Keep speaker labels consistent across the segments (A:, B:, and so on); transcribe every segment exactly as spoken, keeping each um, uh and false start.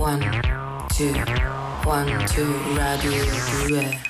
A: One, two, one, two, radio due.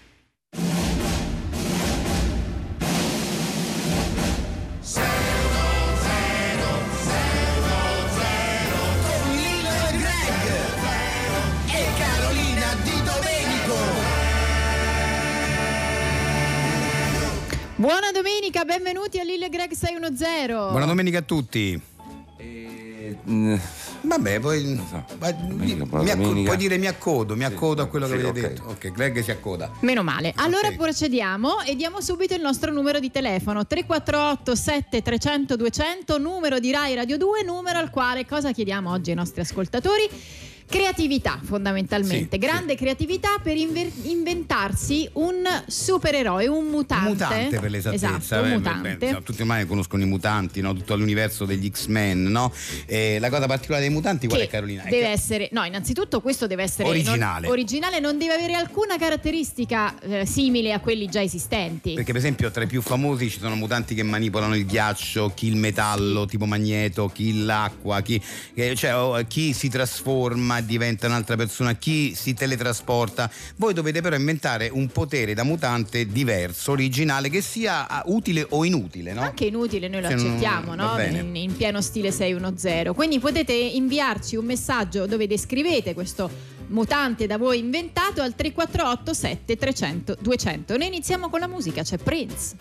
B: Buona domenica, benvenuti a Lille Greg sei uno zero.
C: Buona domenica a tutti.
D: E, mh,
C: Vabbè, poi
D: so,
C: ma,
D: domenica,
C: mi,
D: buona
C: mi acco-
D: domenica.
C: puoi dire mi accodo, mi
D: Sì,
C: accodo a quello
D: sì,
C: che avete
D: ok.
C: detto. Ok, Greg si accoda.
B: Meno male. Allora
C: Ok.
B: procediamo e diamo subito il nostro numero di telefono tre quattro otto sette tre zero zero due zero zero, numero di Rai Radio due, numero al quale cosa chiediamo oggi ai nostri ascoltatori? Creatività, fondamentalmente,
C: Sì,
B: grande
C: sì.
B: creatività per inver- inventarsi un supereroe, un mutante.
C: Un mutante per l'esattezza.
B: Esatto, un
C: Beh,
B: mutante.
C: beh, beh, tutti ormai conoscono i mutanti, no? Tutto l'universo degli X-Men, no? E la cosa particolare dei mutanti qual
B: Che
C: è, Carolina? È
B: deve
C: che-
B: essere, no, innanzitutto questo deve essere
C: Originale.
B: non, originale, non deve avere alcuna caratteristica eh, simile a quelli già esistenti.
C: Perché per esempio tra i più famosi ci sono mutanti che manipolano il ghiaccio, chi il metallo tipo Magneto, chi l'acqua, chi, eh, cioè, oh, chi si trasforma e diventa un'altra persona, chi si teletrasporta. Voi dovete però inventare un potere da mutante diverso, originale, che sia ah, utile o inutile, no?
B: Anche inutile, noi lo
C: Se non-
B: accettiamo,
C: va
B: no?
C: bene.
B: In, in pieno stile sei uno zero. Quindi potete inviarci un messaggio dove descrivete questo mutante da voi inventato al tre quattro otto sette tre zero zero due zero zero. Noi iniziamo con la musica, c'è Prince.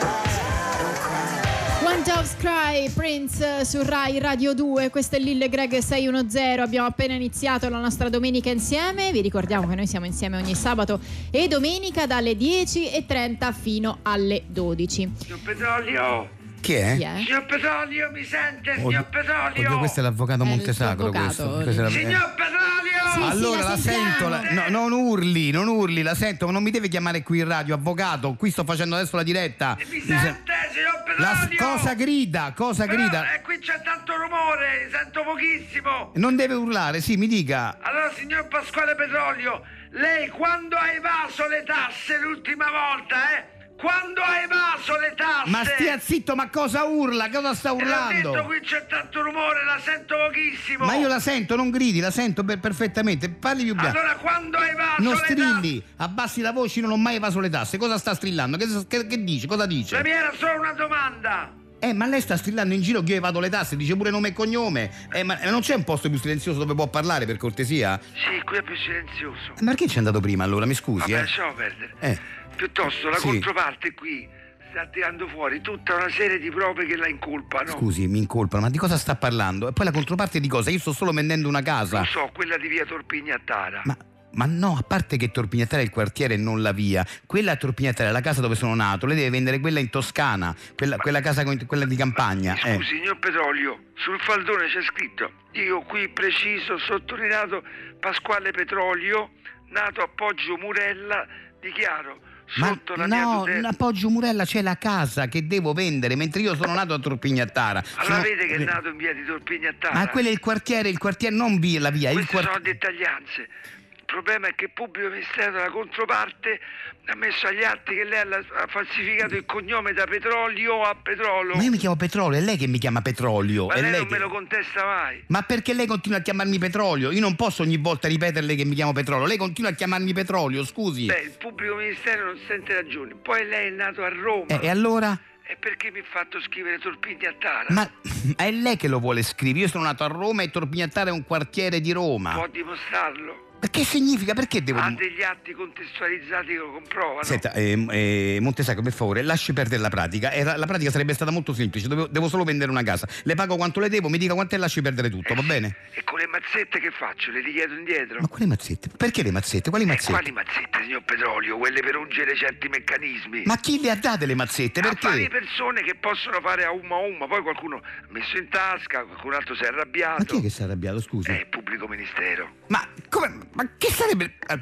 B: One Dove's Cry, Prince su Rai Radio due, questo è Lille Greg sei uno zero, abbiamo appena iniziato la nostra domenica insieme, vi ricordiamo che noi siamo insieme ogni sabato e domenica dalle dieci e trenta fino alle dodici.
E: Signor Petrolio!
C: Chi è?
B: Chi è?
E: Signor Petrolio, mi sente,
C: Oddio,
E: signor Petrolio!
C: oddio, questo è l'avvocato
B: È il
C: Montesacro,
B: tuo
C: questo.
B: avvocato.
C: Questo è la-
E: Signor Petrolio!
B: Sì,
C: allora
B: la
C: la,
B: sentiamo.
C: sento, la- no, non urli, non urli, la sento, ma non mi deve chiamare qui in radio, avvocato, qui sto facendo adesso la diretta.
E: Mi
C: Mi se-
E: sente, signor
C: la-
E: Petrolio!
C: cosa grida, cosa
E: Però,
C: grida?
E: eh, qui c'è tanto rumore, sento pochissimo!
C: Non deve urlare, sì, mi dica.
E: Allora, signor Pasquale Petrolio, lei quando ha evaso le tasse l'ultima volta, eh? Quando ha evaso le tasse?
C: Ma stia zitto, ma cosa urla? Cosa sta
E: Eh, Ho detto,
C: urlando?
E: qui c'è tanto rumore, la sento pochissimo!
C: Ma io la sento, non gridi, la sento per- perfettamente. Parli più piano.
E: Allora, quando ha evaso
C: Non
E: le
C: strilli, abbassi la voce, non ho mai evaso le tasse. Cosa sta strillando? Che, che- che dice? Cosa
E: tasse?
C: dice?
E: Ma mi era solo una domanda!
C: Eh, ma lei sta strillando in giro che io evado le tasse, dice pure nome e cognome. Eh, ma non c'è un posto più silenzioso dove può parlare, per cortesia?
E: Sì, qui è più silenzioso.
C: Eh, Ma perché c'è andato prima allora? Mi scusi,
E: Vabbè,
C: eh?
E: lasciamo perdere.
C: Eh.
E: Piuttosto, la
C: Sì.
E: controparte qui sta tirando fuori tutta una serie di prove che la incolpano.
C: Scusi, mi incolpano, ma di cosa sta parlando? E poi la controparte di cosa? Io sto solo vendendo una casa.
E: Lo so, quella di via Torpignattara.
C: Ma, ma no, a parte che Torpignattara è il quartiere e non la via. Quella a Torpignattara è la casa dove sono nato. Lei deve vendere quella in Toscana, quella, quella casa con- quella di campagna.
E: Mi
C: Eh.
E: Scusi, signor Petrolio, sul faldone c'è scritto: io qui preciso, sottolineato, Pasquale Petrolio, nato a Poggio Murella, dichiaro
C: Ma
E: sotto la mia
C: no,
E: tutela.
C: a Poggio Murella c'è la casa che devo vendere, mentre io sono nato a Torpignattara.
E: Allora
C: Sono-
E: vede che è nato in via di Torpignattara.
C: Ma quello è il quartiere, il quartiere non via, la via, il
E: Queste sono
C: quartiere.
E: dettaglianze. Il problema è che il pubblico ministero della controparte ha messo agli atti che lei ha ha falsificato il cognome da Petrolio a Petrolo.
C: Ma io mi chiamo Petrolio, è lei che mi chiama Petrolio.
E: Ma
C: è
E: lei
C: lei
E: non
C: che-
E: me lo contesta mai.
C: Ma perché lei continua a chiamarmi Petrolio? Io non posso ogni volta ripeterle che mi chiamo Petrolio. Lei continua a chiamarmi Petrolio, scusi.
E: Beh, il pubblico ministero non sente ragioni. Poi lei è nato a Roma.
C: Eh, e allora?
E: E perché mi ha fatto scrivere Torpignattara?
C: Ma è lei che lo vuole scrivere. Io sono nato a Roma e Torpignattara è un quartiere di Roma.
E: Può dimostrarlo?
C: Ma che significa? Perché devo...
E: Ha degli atti contestualizzati che lo comprovano?
C: Senta, eh, eh, Montesacro, per favore, lasci perdere la pratica. Era- la pratica sarebbe stata molto semplice. Devo, devo solo vendere una casa. Le pago quanto le devo, mi dica quanto e lasci perdere tutto, va bene?
E: E con le mazzette che faccio? Le richiedo indietro?
C: Ma quali mazzette? Perché le mazzette? Quali
E: E
C: mazzette?
E: quali mazzette, signor Petrolio? Quelle per ungere certi meccanismi.
C: Ma chi le ha date le mazzette?
E: Affari
C: Perché?
E: persone che possono fare a uno a uno, poi qualcuno ha messo in tasca, qualcun altro si è arrabbiato.
C: Ma chi è che si è arrabbiato, scusi?
E: È il pubblico ministero.
C: Ma come? Ma che sarebbe al pubblico?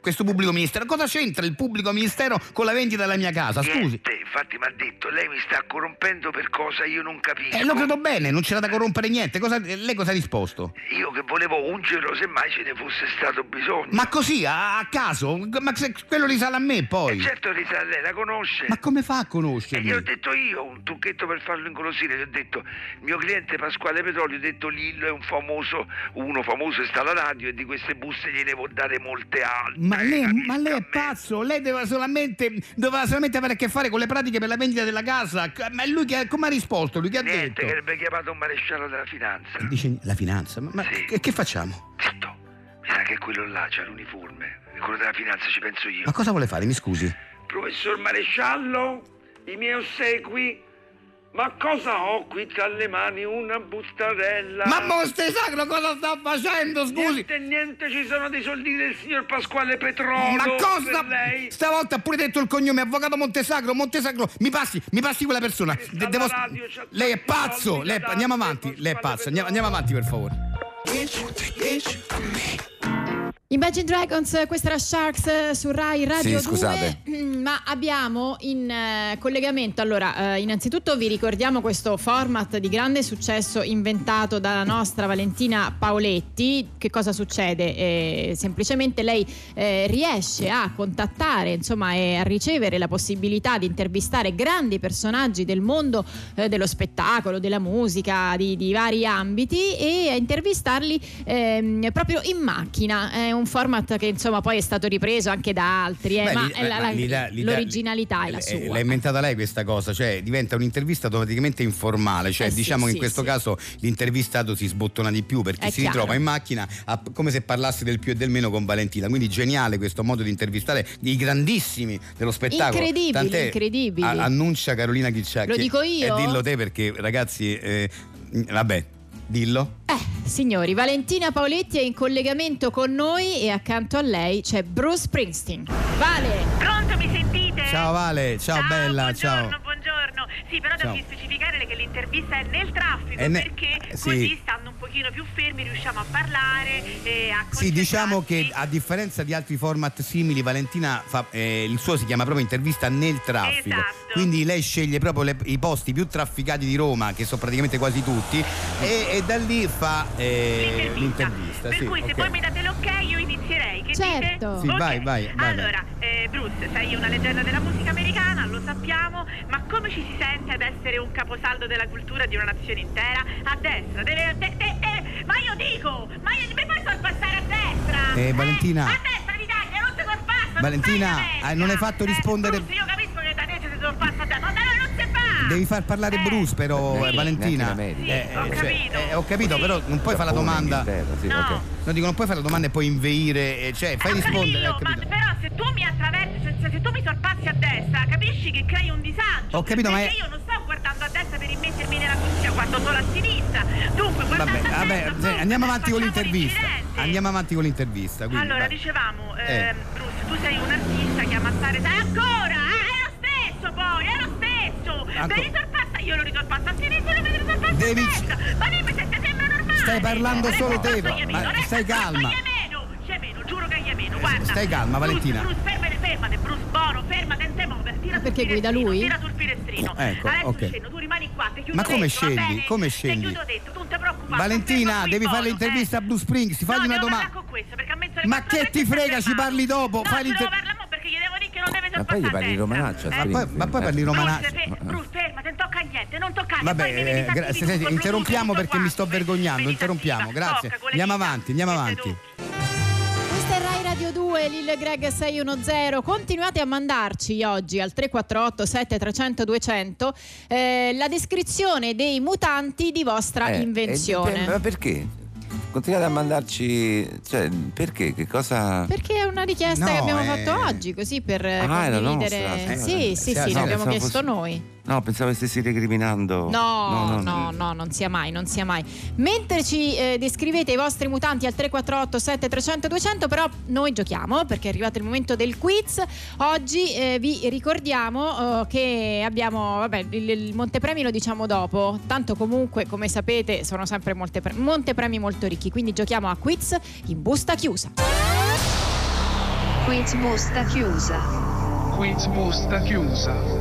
C: questo pubblico ministero? Cosa c'entra il pubblico ministero con la vendita della mia casa? Scusi.
E: Niente, infatti mi ha detto, lei mi sta corrompendo per cosa io non capisco.
C: Eh, lo credo bene, non c'era da corrompere niente. Cosa, lei cosa ha risposto?
E: Io che volevo ungerlo semmai ce ne fosse stato bisogno.
C: Ma così, a, a caso? Ma se quello risale a me poi.
E: E certo risale a lei, la conosce.
C: Ma come fa a
E: E
C: conoscermi?
E: gli ho detto io, un trucchetto per farlo ingolosire, gli ho detto, il mio cliente Pasquale Petrolio, ho detto Lillo è un famoso, uno famoso sta alla radio e di queste buste gliene può dare molte altre.
C: Ma lei,
E: capisca
C: ma lei è
E: a me?
C: pazzo, lei doveva solamente, doveva solamente avere a che fare con le pratiche per la vendita della casa. Ma lui che, come ha risposto? Lui che ha
E: Niente,
C: detto?
E: che avrebbe chiamato un maresciallo della finanza.
C: Dice la finanza, ma, ma
E: Sì.
C: che, che facciamo?
E: Zitto, mi sa che quello là c'ha l'uniforme, quello della finanza ci penso io.
C: Ma cosa vuole fare? Mi scusi.
E: Professor Maresciallo, i miei ossequi. Ma cosa ho qui tra le mani? Una bustarella.
C: Ma mostre sacro, cosa sta facendo? Scusi.
E: Niente, niente, ci sono dei soldi del signor Pasquale Petrolio.
C: Ma cosa?
E: per lei.
C: Stavolta ha pure detto il cognome, avvocato Montesacro, Montesacro, mi passi, mi passi quella persona.
E: Sta
C: De-
E: alla
C: devo-
E: radio, c'ha
C: Lei è
E: tanti
C: pazzo,
E: soldi
C: lei è
E: da
C: pa- andiamo
E: dare,
C: avanti, lei è
E: Pasquale
C: pazzo, andiamo, andiamo avanti per favore.
B: Imagine Dragons, questa era Sharks eh, su Rai Radio
D: Sì, scusate.
B: due, ma abbiamo in eh, collegamento, allora, eh, innanzitutto vi ricordiamo questo format di grande successo inventato dalla nostra Valentina Paoletti. Che cosa succede? Eh, semplicemente lei eh, riesce a contattare, insomma, e a ricevere la possibilità di intervistare grandi personaggi del mondo eh, dello spettacolo, della musica, di, di vari ambiti, e a intervistarli ehm, proprio in macchina. È un format che insomma poi è stato ripreso anche da altri, eh,
C: Beh,
B: ma
C: lì-
B: è la-
C: ma
B: la-
C: lì da- lì da-
B: l'originalità è la
C: eh,
B: sua.
C: L'ha inventata lei questa cosa, cioè diventa un'intervista automaticamente informale, cioè
B: Eh sì,
C: diciamo che
B: sì,
C: in questo
B: sì.
C: caso l'intervistato si sbottona di più perché
B: È
C: si
B: chiaro.
C: ritrova in macchina a- come se parlassi del più e del meno con Valentina, quindi geniale questo modo di intervistare i grandissimi dello spettacolo.
B: Incredibili,
C: Tant'è,
B: incredibili.
C: a- annuncia Carolina Chicciacchi.
B: Lo dico io?
C: E dillo te perché ragazzi, eh, vabbè, dillo.
B: Eh, signori, Valentina Paoletti è in collegamento con noi e accanto a lei c'è Bruce Springsteen. Vale!
F: Pronto, mi sentite?
C: Ciao Vale, ciao, bella,
F: buongiorno,
C: ciao.
F: buongiorno. Sì, però
C: Ciao.
F: devi specificare che l'intervista è nel traffico,
C: È ne-
F: perché
C: sì.
F: così stando un pochino più fermi riusciamo a parlare e a
C: Sì, diciamo che
F: concentrarci.
C: a differenza di altri format simili, Valentina fa, eh, il suo si chiama proprio intervista nel traffico.
F: Esatto.
C: Quindi lei sceglie proprio le- i posti più trafficati di Roma, che sono praticamente quasi tutti, e, e da lì fa eh, l'intervista.
F: Per
C: sì,
F: cui se
C: ok.
F: poi mi date l'ok io inizierei. Che
B: Certo.
F: dite?
C: Sì, vai, vai, vai,
F: Allora, eh, Bruce, sei una leggenda della musica americana, lo sappiamo, ma come ci si sente ad essere un caposaldo della cultura di una nazione intera? A destra, deve... de- de- eh, ma io dico, ma io mi puoi sorpassare a destra?
C: Eh, Valentina.
F: A destra d'Italia, non si sorpassa.
C: Valentina,
F: non fai la
C: eh, non hai
F: destra.
C: fatto
F: Eh,
C: rispondere-
F: Bruce, io capisco che da destra si sorpassa a destra, ma non si fa.
C: Devi far parlare
F: Eh,
C: Bruce però,
F: sì.
C: eh, Valentina.
D: Neanche in America.
F: Sì, ho capito.
C: eh, ho capito,
F: Sì.
C: però non puoi fare la
D: Giappone,
C: domanda.
D: Inghilterra, sì,
F: No.
D: ok.
C: No, dico, non puoi fare la domanda e poi inveire, eh, cioè fai
F: Ho
C: rispondere.
F: capito,
C: hai
F: ma
C: capito?
F: però se tu mi attraversi, se, se- se tu mi sorpassi a destra, capisci che crei un disagio.
C: Ho capito, ma
F: perché
C: è-
F: io non sto guardando a destra per immettermi nella cuccia, guardo solo a sinistra. Dunque, guardando
C: Vabbè,
F: a
C: vabbè,
F: destra,
C: sì,
F: Bruce,
C: andiamo avanti con
F: facciamo
C: l'intervista.
F: l'incidente.
C: Andiamo avanti con l'intervista. quindi,
F: Allora,
C: vai.
F: dicevamo,
C: Eh.
F: ehm, Bruce, tu sei un artista che ama stare. Sai ancora? Eh, è lo stesso poi, è lo stesso.
C: Ancora.
F: Per risorpassa, io lo risorpasso a sinistra e lui mi risorpassa
C: Devi-
F: a destra. Ma dimmi se ti sembra normale.
C: Stai parlando
F: Adesso
C: solo te,
F: passo
C: ma-
F: io
C: ma
F: meno, adesso
C: stai
F: passo
C: calma.
F: io meno. C'è meno, giuro che io meno, guarda.
C: Stai calma,
F: Bruce,
C: Valentina.
F: Bruce, fermate, fermate, Bruce, buono, fermate, non te muovere. Tira sul
B: Perché guida
F: finestrino,
B: lui?
F: Tira sul finestrino.
C: Ecco,
F: Adesso
C: ok.
F: scendo, tu rimani qua, ti chiudo
C: Ma come
F: dentro, va
C: scegli?
F: bene?
C: Come
F: Ti
C: scegli?
F: chiudo dentro, tu non ti preoccupare.
C: Valentina,
F: fermo qui,
C: devi fare
F: buono,
C: l'intervista
F: eh.
C: a Bruce Springsteen, fagli
F: No,
C: una
F: devo
C: domanda.
F: parlare con questo, perché a me sono le
C: Ma
F: quattro
C: che
F: ore
C: ti
F: che
C: frega,
F: stai
C: ci parli
F: fermato.
C: dopo,
F: No,
C: fai
F: ci
C: l'inter-
F: devo parlare mo perché gli devo dire che non deve
D: Ma poi
F: sorpassare
D: gli
F: a
D: parli
F: destra.
D: romanaccio,
F: Eh,
C: Ma poi, ma poi parli romanaccio.
F: Bruce, fe- Bruce, fermati, non tocca niente, non toccare.
C: Vabbè,
F: poi mi
C: eh,
F: devi
C: gra-
F: disattivi
C: senti,
F: tu col
C: interrompiamo
F: Bluetooth,
C: perché mi sto
F: tutto qua.
C: vergognando,
F: Mi
C: interrompiamo,
F: disattiva,
C: grazie.
F: tocca con le
C: Andiamo
F: dita.
C: avanti, andiamo
F: Siete
C: avanti.
F: tu.
B: Questa è Rai Radio due, Lil Greg sei uno zero. Continuate a mandarci oggi al tre quattro otto sette tre zero zero due zero zero eh, la descrizione dei mutanti di vostra
D: Eh,
B: invenzione.
D: e- ma perché? Continuate a mandarci, cioè, perché? Che cosa?
B: Perché è una richiesta
C: No,
B: che abbiamo
C: eh.
B: fatto oggi, così per eh,
D: Ah, è la
B: condividere.
D: nostra,
B: sì,
C: sì,
B: sì,
C: sì,
B: sì,
C: sì,
B: l'abbiamo
D: pensavo
B: chiesto
D: fosse-
B: noi.
D: No, pensavo che stessi recriminando.
B: No, no, no, non sia mai, non sia mai. Mentre ci eh, descrivete i vostri mutanti al tre quattro otto sette tre zero zero due zero zero, però noi giochiamo perché è arrivato il momento del quiz. Oggi eh, vi ricordiamo eh, che abbiamo, vabbè, il, il montepremi lo diciamo dopo, tanto comunque come sapete sono sempre molte pre- montepremi molto ricchi, quindi giochiamo a quiz in busta chiusa.
G: Quiz busta chiusa.
H: Quiz busta chiusa.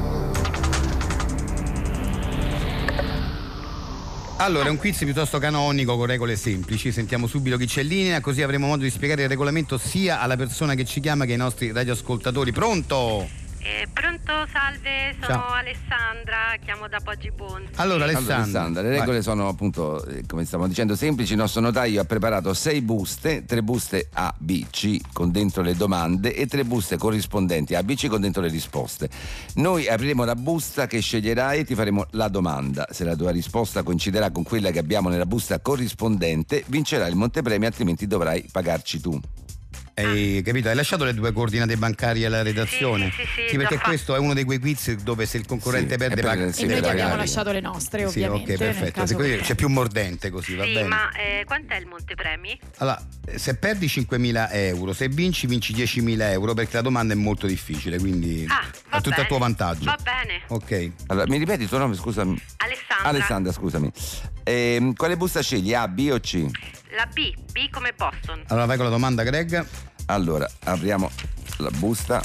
C: Allora, è un quiz piuttosto canonico con regole semplici. Sentiamo subito chi c'è in linea, così avremo modo di spiegare il regolamento sia alla persona che ci chiama che ai nostri radioascoltatori. Pronto?
I: Eh, pronto, salve, sono
C: Ciao.
I: Alessandra, chiamo da Poggi Bond.
C: Allora, Alessandra,
D: Allora, Alessandra, le regole
C: vai.
D: sono appunto, eh, come stavamo dicendo, semplici. Il nostro notaio ha preparato sei buste, tre buste A, B, C con dentro le domande e tre buste corrispondenti A, B, C con dentro le risposte. Noi apriremo la busta che sceglierai e ti faremo la domanda. Se la tua risposta coinciderà con quella che abbiamo nella busta corrispondente, vincerai il montepremi, altrimenti dovrai pagarci tu.
C: Hai capito? Hai lasciato le due coordinate bancarie alla redazione?
I: Sì, sì, sì,
C: perché
I: già
C: questo è uno dei quei quiz dove se il concorrente
D: Sì,
C: perde
D: e per-
C: paga.
D: sì,
B: E noi
D: per
B: ti abbiamo
D: pagare.
B: lasciato le nostre,
C: Sì,
B: ovviamente.
C: ok,
B: nel
C: perfetto.
B: caso
C: Se così
B: che-
C: c'è più mordente così, va
I: Sì,
C: bene.
I: ma eh, quant'è il montepremi?
C: Allora, se perdi cinquemila euro, se vinci vinci diecimila euro perché la domanda è molto difficile, quindi
I: Ah, va
C: è tutto
I: bene.
C: a tuo vantaggio.
I: Va bene.
C: Ok.
D: Allora, mi ripeti il tuo nome, scusami?
I: Alessandra.
D: Alessandra, scusami. Ehm, quale busta scegli? A, B o C?
I: La B, B come Boston.
C: Allora vai con la domanda, Greg.
D: Allora, apriamo la busta.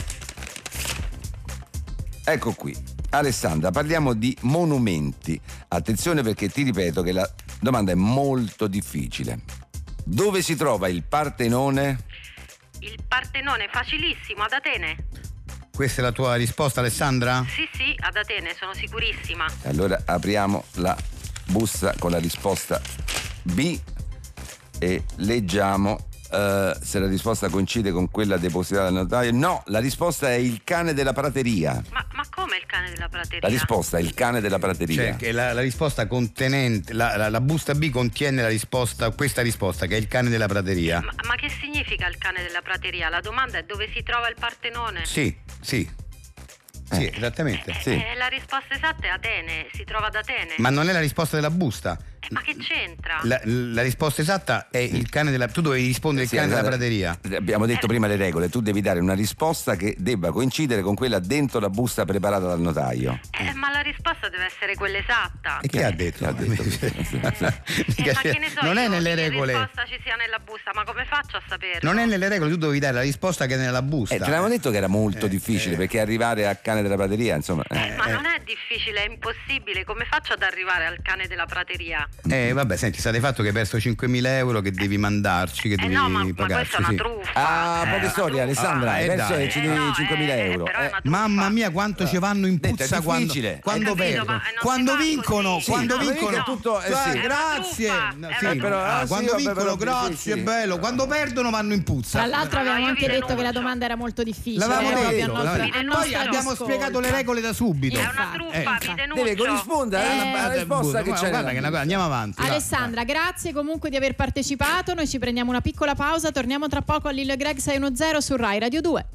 D: Ecco qui. Alessandra, parliamo di monumenti. Attenzione perché ti ripeto che la domanda è molto difficile. Dove si trova il Partenone?
I: Il Partenone, facilissimo, ad Atene.
C: Questa è la tua risposta, Alessandra?
I: Sì, sì, ad Atene, sono sicurissima.
D: Allora apriamo la busta con la risposta B e leggiamo eh, se la risposta coincide con quella depositata dal notaio. No, la risposta è il cane della prateria.
I: Ma, ma come il cane della prateria?
D: La risposta è il cane della prateria.
C: Cioè, che la, la risposta contenente, la, la, la busta B contiene la risposta, questa risposta, che è il cane della prateria.
I: Ma, ma che significa il cane della prateria? La domanda è dove si trova il Partenone?
C: Sì, sì. Sì, esattamente.
I: Eh,
D: Sì.
I: eh, la risposta esatta è Atene, si trova ad Atene.
C: Ma non è la risposta della busta.
I: Eh, ma che c'entra?
C: La, la risposta esatta è il cane della. Tu dovevi rispondere
D: Sì,
C: il cane della
D: allora,
C: prateria.
D: abbiamo detto prima le regole, tu devi dare una risposta che debba coincidere con quella dentro la busta preparata dal notaio.
I: Eh, ma la risposta deve essere quella esatta.
C: E chi ha detto?
D: Chi ha detto?
I: Eh, ma che ne so
C: non
I: io
C: è nelle
I: che
C: regole.
I: risposta ci sia nella busta, ma come faccio a saperlo?
C: Non è nelle regole, tu dovevi dare la risposta che è nella busta.
D: Eh, te l'avevamo detto che era molto
C: Eh,
D: difficile
C: eh.
D: perché arrivare al cane della prateria, insomma.
I: Eh, ma non è difficile, è impossibile. Come faccio ad arrivare al cane della prateria?
C: Eh, vabbè, senti, state fatto che hai perso cinquemila euro che devi mandarci, che
I: Eh
C: devi
I: no, ma, ma
C: pagarci.
I: questa è una
C: sì.
I: truffa.
D: Ah,
I: Eh,
D: poche
I: una
D: storie,
I: truffa.
D: Alessandra,
C: Ah,
D: hai
C: eh,
D: perso
C: dai.
D: i ci
I: Eh,
D: devi
I: no,
D: cinquemila
I: eh,
D: euro.
I: però è
D: Eh,
I: una truffa.
C: Mamma mia, quanto ci vanno in
D: Detto,
C: puzza
D: è
C: quando,
D: difficile.
C: quando
I: Hai capito,
C: perdono.
I: ma non si
C: Quando
I: fa
C: vincono,
I: così.
C: quando
D: Sì, ma
C: vincono.
D: mica tutto- eh,
C: Ah,
D: sì.
I: È una
C: grazie.
I: truffa,
C: No,
I: è
C: sì,
I: una
D: Eh, però,
C: ah,
D: ah,
C: quando
D: sì, vabbè,
C: vincono,
D: però,
C: grazie,
D: sì, sì.
C: bello. Quando perdono vanno in puzza.
B: Tra l'altro
I: No, no,
B: avevamo
I: io
B: anche
I: vi
B: detto che la
I: denuncio.
B: domanda era molto difficile.
C: L'avevamo
B: eh, proprio
C: detto,
B: al nostro-
C: l'avevamo-
B: al
I: vi
B: nostro
C: poi abbiamo
B: ascolto.
C: spiegato le regole da subito.
I: È una
B: Infatti,
I: truffa,
C: eh,
I: vi
C: infatti.
I: denuncio.
D: Deve corrispondere alla,
B: Eh,
D: alla risposta che c'è.
C: Guarda
D: nella
C: che una cosa,
D: busta.
C: andiamo avanti. va.
B: Alessandra, grazie comunque di aver partecipato. Noi ci prendiamo una piccola pausa, torniamo tra poco a Lil Greg sei uno zero su Rai Radio due.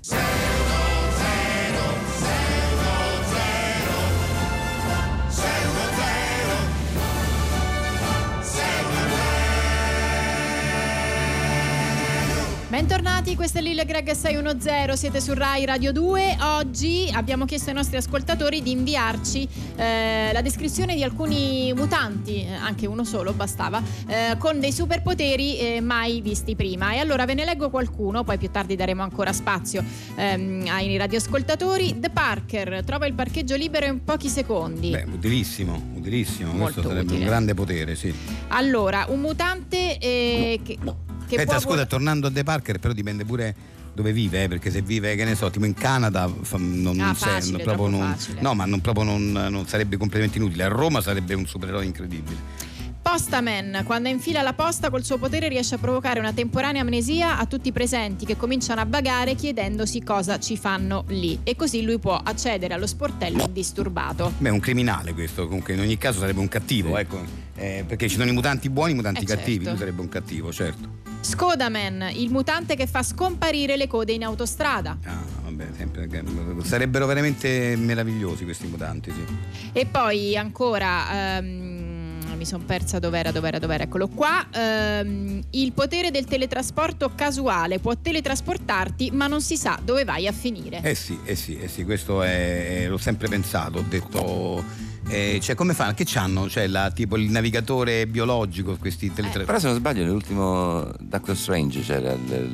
B: Bentornati, questo è Lil Greg sei uno zero, siete su Rai Radio due. Oggi abbiamo chiesto ai nostri ascoltatori di inviarci eh, la descrizione di alcuni mutanti, eh, anche uno solo bastava, eh, con dei superpoteri eh, mai visti prima. E allora ve ne leggo qualcuno, poi più tardi daremo ancora spazio ehm, ai radioascoltatori. The Parker trova il parcheggio libero in pochi secondi.
C: Beh, utilissimo, utilissimo.
B: Molto
C: Questo sarebbe
B: utile.
C: un grande potere, sì.
B: Allora, un mutante eh, che, che
C: Aspetta,
B: può
C: scusa,
B: vol-
C: tornando a The Parker, però dipende pure dove vive, eh, perché se vive, che ne so, tipo in Canada, fa- non,
B: Ah,
C: non se-
B: facile,
C: proprio
B: troppo
C: non,
B: facile.
C: no, ma non, proprio non, non sarebbe completamente inutile. A Roma sarebbe un supereroe incredibile.
B: Postaman, quando infila la posta col suo potere riesce a provocare una temporanea amnesia a tutti i presenti che cominciano a vagare chiedendosi cosa ci fanno lì, e così lui può accedere allo sportello indisturbato.
C: Beh, è un criminale questo, comunque in ogni caso sarebbe un cattivo, ecco, eh, perché ci sono i mutanti buoni e i mutanti
B: Eh,
C: cattivi,
B: certo.
C: lui sarebbe un cattivo, certo.
B: Scodaman, il mutante che fa scomparire le code in autostrada.
C: Ah, vabbè, sempre, sarebbero veramente meravigliosi questi mutanti, sì.
B: E poi ancora ehm, mi sono persa dov'era, dov'era, dov'era, eccolo qua. Ehm, il potere del teletrasporto casuale, può teletrasportarti ma non si sa dove vai a finire.
C: Eh sì, eh sì, eh sì, questo è, l'ho sempre pensato, ho detto. Eh, cioè come fanno? Che c'hanno? Cioè la, tipo il navigatore biologico, questi teletrasporti.
D: Però se non sbaglio nell'ultimo Doctor Strange c'era il, il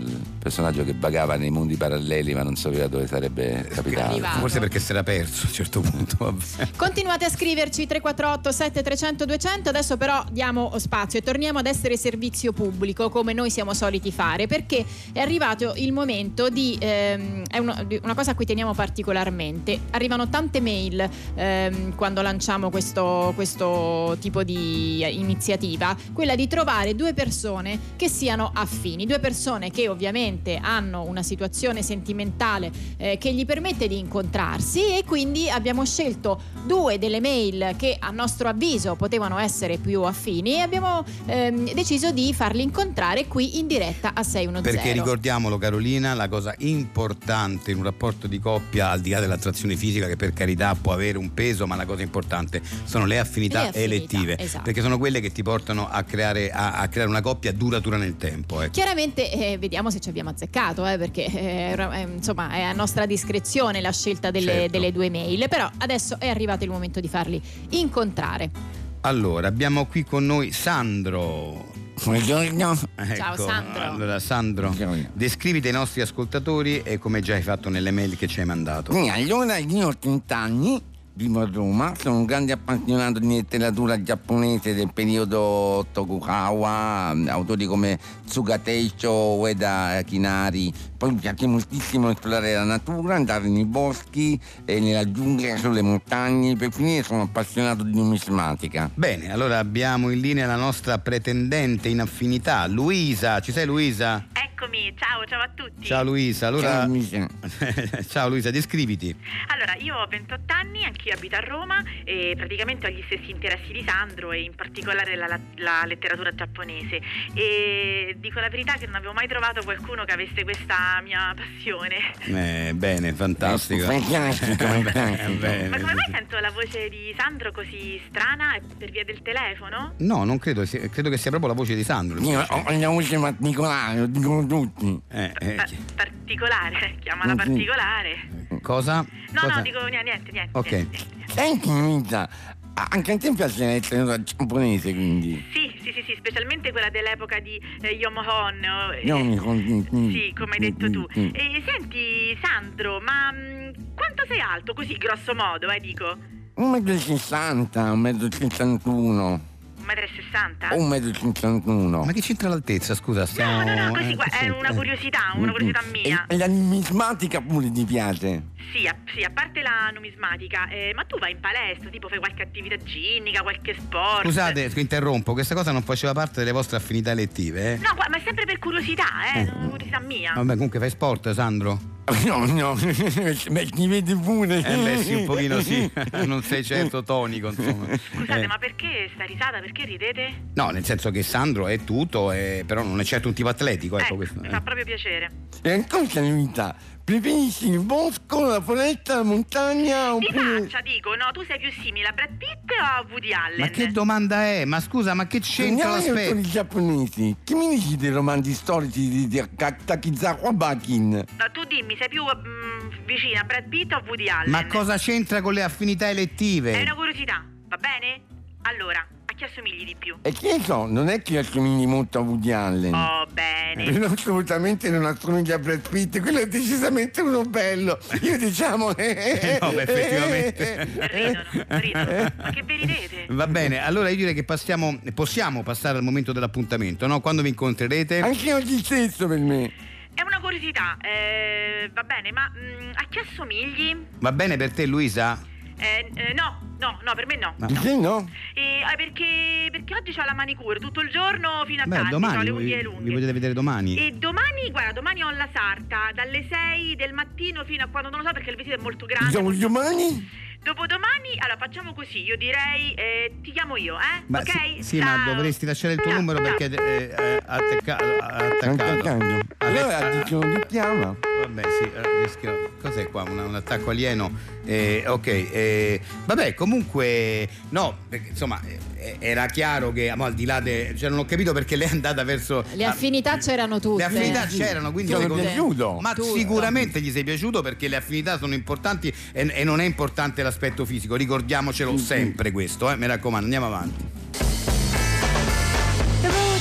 D: personaggio che vagava nei mondi paralleli ma non sapeva dove sarebbe capitato.
B: Arrivato.
C: Forse perché si era perso a un certo punto. Vabbè.
B: Continuate a scriverci tre quattro otto sette tre zero zero due zero zero. Adesso però diamo spazio e torniamo ad essere servizio pubblico come noi siamo soliti fare, perché è arrivato il momento di ehm, è una, di una cosa a cui teniamo particolarmente. Arrivano tante mail ehm, quando lanciamo questo, questo tipo di iniziativa, quella di trovare due persone che siano affini, due persone che ovviamente hanno una situazione sentimentale eh, che gli permette di incontrarsi, e quindi abbiamo scelto due delle mail che a nostro avviso potevano essere più affini e abbiamo ehm, deciso di farli incontrare qui in diretta a sei uno zero.
C: Perché ricordiamolo, Carolina, la cosa importante in un rapporto di coppia, al di là dell'attrazione fisica che per carità può avere un peso, ma la cosa importante sono le affinità,
B: le affinità
C: elettive,
B: esatto.
C: Perché sono quelle che ti portano a creare, a, a creare una coppia duratura nel tempo. Ecco.
B: Chiaramente eh, vediamo se ci abbiamo azzeccato, eh, perché eh, eh, insomma è a nostra discrezione la scelta delle,
C: Certo.
B: delle due mail, però adesso è arrivato il momento di farli incontrare.
C: Allora, abbiamo qui con noi Sandro.
D: Buongiorno.
C: Ecco,
B: Ciao, Sandro.
C: Allora Sandro,
D: Buongiorno.
C: descriviti ai nostri ascoltatori e come già hai fatto nelle mail che ci hai mandato.
D: Allora, io ho trenta anni, vivo a Roma, sono un grande appassionato di letteratura giapponese del periodo Tokugawa, autori come Tsugateicho, Ueda Kinari. Poi mi piace moltissimo esplorare la natura, andare nei boschi, eh, nella giungla, sulle montagne. Per finire sono appassionato di numismatica.
C: Bene, allora abbiamo in linea la nostra pretendente in affinità, Luisa. Ci sei, Luisa?
F: Eccomi, ciao, ciao a tutti.
C: Ciao Luisa, allora
D: Ciao, Luisa.
C: ciao Luisa, descriviti.
F: Allora, io ho ventotto anni, anch'io abito a Roma e praticamente ho gli stessi interessi di Sandro e in particolare la, la, la letteratura giapponese, e dico la verità che non avevo mai trovato qualcuno che avesse questa mia passione.
C: Eh, bene, fantastico.
D: Fantastico, fantastico.
C: Bene.
F: Ma come mai sento la voce di Sandro così strana? È per via del telefono?
C: No, non credo, sia- credo che sia proprio la voce di Sandro.
D: Io ho una voce particolare, lo dicono tutti.
C: Eh, eh,
F: Pa- particolare, chiamala
D: Sì.
F: particolare.
C: cosa?
F: No,
C: Cosa?
F: no, dico niente, niente, niente.
C: Ok.
F: niente, niente.
D: Senti, Luisa, anche a te piace la letteratura giapponese, quindi?
F: Sì, sì, sì, sì, specialmente quella dell'epoca di eh, Yomohon. eh,
D: Io mi con-
F: Sì, come hai detto tu.
D: Mm, mm, mm.
F: E senti, Sandro, ma mh, quanto sei alto? Così, grosso modo, eh, dico.
D: un metro e sessanta, un metro e sessantuno.
F: un metro e sessanta?
D: un metro e sessantuno.
C: Ma che c'entra l'altezza? Scusa, stiamo...
F: No, no, no, così,
C: eh,
F: guarda,
C: sì,
F: è una
C: eh.
F: curiosità, una curiosità mia.
D: E la numismatica pure ti piace?
F: Sì, a, sì, a parte la numismatica, eh, ma tu vai in palestra, tipo fai qualche attività ginnica, qualche sport?
C: Scusate, interrompo, questa cosa non faceva parte delle vostre affinità elettive, eh?
F: No, guarda, ma è sempre per curiosità, eh, una curiosità mia.
C: Vabbè, comunque fai sport, Sandro?
D: No, no, beh, ti vedi pure.
C: Eh beh sì, un pochino sì, non sei certo tonico, insomma.
F: Scusate,
C: Eh,
F: ma perché sta risata? Perché ridete?
C: No, nel senso che Sandro è tutto, eh, però non è certo un tipo atletico, ecco
F: Eh,
C: questo.
F: mi
C: eh.
F: fa proprio piacere.
D: E ancora Luisa, preferisci il bosco, la foresta, la montagna
F: Di
D: oppure...
F: faccia, dico, no, tu sei più simile a Brad Pitt o a Woody Allen?
C: Ma che domanda è? Ma scusa, ma che c'entra
D: Andiamo ai
C: l'aspetto?
D: autori giapponesi. Che mi dici dei romanzi storici di, di Takizawa Bakin?
F: No, tu dimmi, sei più mm, vicina a Brad Pitt o a Woody Allen?
C: Ma cosa c'entra con le affinità
F: È
C: elettive?
F: una curiosità, va bene? Allora, a chi assomigli di più?
D: E che ne so, non è che assomigli molto a Woody Allen.
F: Oh, bene.
D: Quello assolutamente non assomiglia a Brad Pitt, quello è decisamente uno bello. Io diciamo.
C: Eh, no, beh, effettivamente.
F: Ridono, ridono. Ma che vi ridete?
C: Va bene, allora io direi che passiamo, possiamo passare al momento dell'appuntamento, no? Quando vi incontrerete?
D: Anche oggi stesso per me.
F: È una curiosità, eh, va bene, ma mm, a chi assomigli?
C: Va bene per te, Luisa?
F: Eh, eh, no, no, no, per me no.
C: No.
D: Perché no?
F: Eh, ah, perché, perché oggi c'ho la manicure tutto il giorno fino a
C: Beh,
F: tardi, c'ho
C: domani
F: le
C: vi,
F: unghie
C: vi
F: lunghe.
C: potete vedere domani.
F: E domani, guarda, domani ho la sarta dalle sei del mattino fino a quando non lo so perché il vestito è molto grande.
D: Diciamo
F: molto-
D: domani?
F: Dopodomani, allora facciamo così, io direi eh, ti chiamo io, eh?
C: Ma
F: ok?
C: sì, sì,
F: Ciao.
C: ma dovresti lasciare il tuo
F: Ciao,
C: numero
F: ciao.
C: perché eh, eh, attacca- attaccato.
D: Attaccato. Allora dicono che chiama.
C: Vabbè, sì, eh, rischio. Cos'è qua? Un, un attacco alieno? Eh, ok, eh, vabbè, comunque, no, perché insomma, eh, era chiaro che mo, al di là de, cioè non ho capito perché lei è andata verso.
B: Le
C: ah,
B: affinità c'erano tutte.
C: le affinità c'erano, quindi
D: Sono
C: secondo-
D: piaciuto.
C: ma
B: Tutto.
C: sicuramente gli sei piaciuto perché le affinità sono importanti e, e non è importante l'aspetto fisico, ricordiamocelo sempre questo, eh, mi raccomando, andiamo avanti.
B: The Roots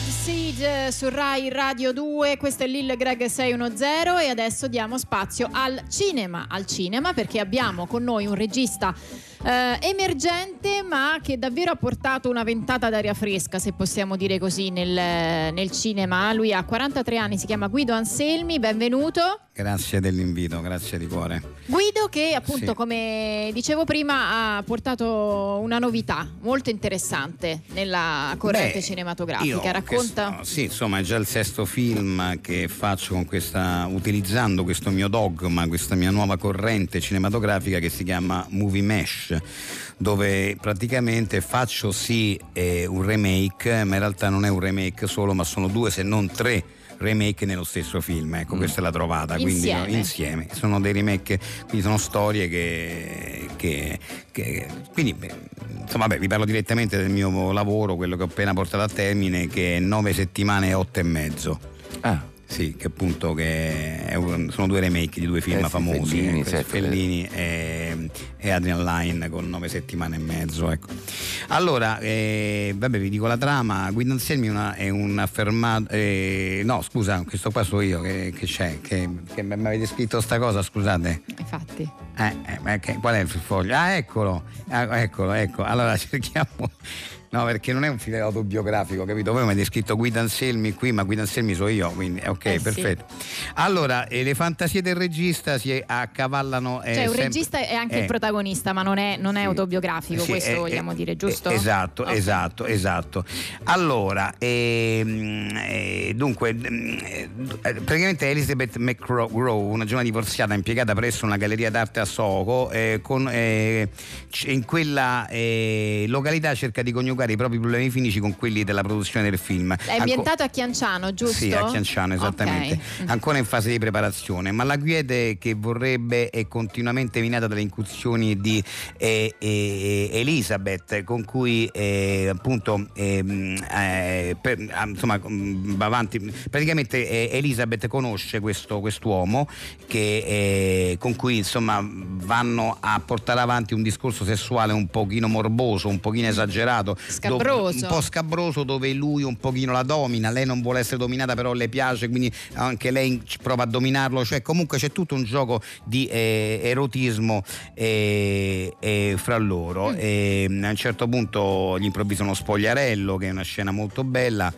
B: Seed su Rai Radio due, questo è Lil Greg sei uno zero e adesso diamo spazio al cinema, al cinema perché abbiamo con noi un regista eh, emergente ma che davvero ha portato una ventata d'aria fresca, se possiamo dire così, nel, nel cinema. Lui ha quarantatré anni, si chiama Guido Anselmi, benvenuto.
C: Grazie dell'invito, grazie di cuore.
B: Guido che appunto
C: Sì.
B: come dicevo prima ha portato una novità molto interessante nella corrente
C: Beh,
B: cinematografica,
C: io
B: racconta.
C: questo- sì, insomma è già il sesto film che faccio con questa, utilizzando questo mio dogma, questa mia nuova corrente cinematografica che si chiama Movie Mesh, dove praticamente faccio sì eh, un remake, ma in realtà non è un remake solo, ma sono due se non tre remake nello stesso film, ecco,
D: Mm.
C: questa è la trovata, quindi
B: Insieme.
C: no, insieme sono dei remake, quindi sono storie che, che, che quindi beh, insomma beh, vi parlo direttamente del mio lavoro, quello che ho appena portato a termine, che è nove settimane e otto e mezzo.
D: Ah.
C: Sì, che appunto che è un- sono due remake di due film
D: Eh sì,
C: famosi,
D: Fellini,
C: eh, questo
D: certo.
C: Fellini e, e Adrian Lyne con nove settimane e mezzo, ecco. Allora, eh, vabbè, vi dico la trama. Guido Anselmi è, una, è un affermato eh, no, scusa, questo qua sono io che, che c'è, che, che mi avete scritto sta cosa, scusate.
B: Infatti.
C: Eh, eh, ma che- qual è il foglio? Ah, eccolo, ah, eccolo, ecco. Allora cerchiamo. No, perché non è un film autobiografico, capito? Voi mi avete scritto Guido Anselmi qui, ma Guido Anselmi sono io, quindi ok,
B: Eh, sì.
C: perfetto. Allora, eh, le fantasie del regista si accavallano. eh,
B: Cioè un
C: sempre-
B: regista è anche
C: eh,
B: il protagonista, ma non è, non è
C: sì.
B: autobiografico,
C: Sì,
B: questo
C: eh,
B: vogliamo
C: eh,
B: dire, giusto?
C: eh, esatto,
B: Ok.
C: esatto, esatto. Allora, ehm, eh, dunque, ehm, eh, praticamente Elizabeth McGraw, una giovane divorziata impiegata presso una galleria d'arte a Soho, eh, con, eh, c- in quella eh, località cerca di coniugare i propri problemi finici con quelli della produzione del film.
B: È ambientato a Chianciano, giusto?
C: Sì, a Chianciano, esattamente.
B: Ok.
C: Ancora in fase di preparazione, ma la quiete che vorrebbe è continuamente minata dalle incursioni di eh, eh, Elizabeth, con cui eh, appunto ehm, eh, per, ah, insomma mm, va avanti. Praticamente eh, Elizabeth conosce questo quest'uomo che, eh, con cui insomma vanno a portare avanti un discorso sessuale un pochino morboso, un pochino esagerato,
B: Scabroso.
C: un po' scabroso, dove lui un pochino la domina, lei non vuole essere dominata però le piace, quindi anche lei ci prova a dominarlo, cioè comunque c'è tutto un gioco di eh, erotismo eh, eh, fra loro. E, a un certo punto gli improvvisa uno spogliarello, che è una scena molto bella,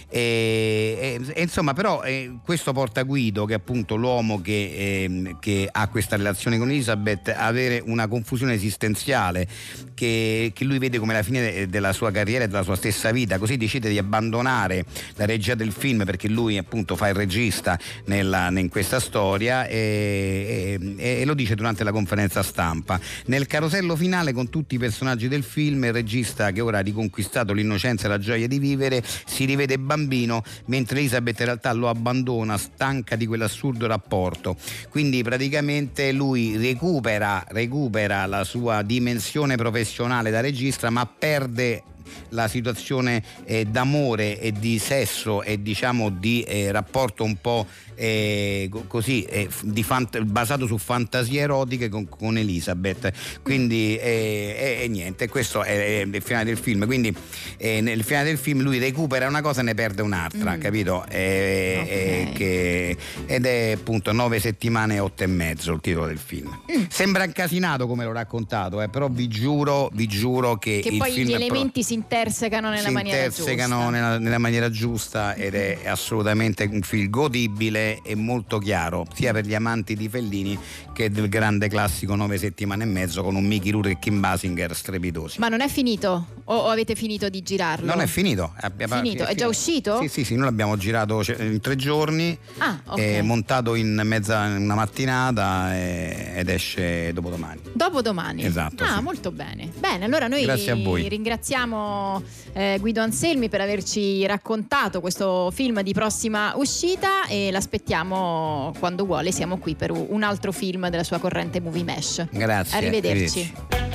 C: e, e, e insomma però eh, questo porta Guido, che è appunto l'uomo che, eh, che ha questa relazione con Elizabeth, a avere una confusione esistenziale che, che lui vede come la fine de- della sua carriera e della sua stessa vita, così decide di abbandonare la regia del film, perché lui appunto fa il regista nella, in questa storia, e, e, e lo dice durante la conferenza stampa. Nel carosello finale, con tutti i personaggi del film, il regista, che ora ha riconquistato l'innocenza e la gioia di vivere, si rivede bambino, mentre Elizabeth in realtà lo abbandona, stanca di quell'assurdo rapporto. Quindi praticamente lui recupera, recupera la sua dimensione professionale da regista, ma perde la situazione eh, d'amore e di sesso e diciamo di eh, rapporto un po' eh, co- così eh, f- di fant- basato su fantasie erotiche con, con Elizabeth, quindi eh, eh, niente, questo è, è il finale del film. Quindi eh, nel finale del film lui recupera una cosa e ne perde un'altra,
B: Mm.
C: capito? Eh,
B: Ok.
C: eh, che- ed è appunto nove settimane e otto e mezzo il titolo del film.
B: Mm.
C: Sembra incasinato come l'ho raccontato, eh, però vi giuro vi giuro che,
B: Che
C: il
B: poi
C: film
B: gli
C: è pro-
B: elementi si intersecano nella
C: si
B: maniera
C: intersecano
B: giusta.
C: nella, nella maniera giusta, ed è assolutamente un film godibile e molto chiaro, sia per gli amanti di Fellini che del grande classico Nove settimane e mezzo, con un Mickey Rourke e Kim Basinger strepitosi.
B: Ma non è finito? O, o avete finito di girarlo?
C: Non è finito, abbiamo-
B: Finito? È già uscito?
C: Sì, sì, sì, noi l'abbiamo girato cioè, in tre giorni,
B: Ah, ok.
C: è montato in mezza una mattinata e- ed esce dopodomani.
B: Dopodomani.
C: Esatto,
B: Ah,
C: sì.
B: molto bene. Bene, allora noi
C: Grazie a voi.
B: ringraziamo eh, Guido Anselmi per averci raccontato questo film di prossima uscita e l'aspettiamo quando vuole, siamo qui per un altro film della sua corrente Movie Mesh.
C: Grazie.
B: Arrivederci.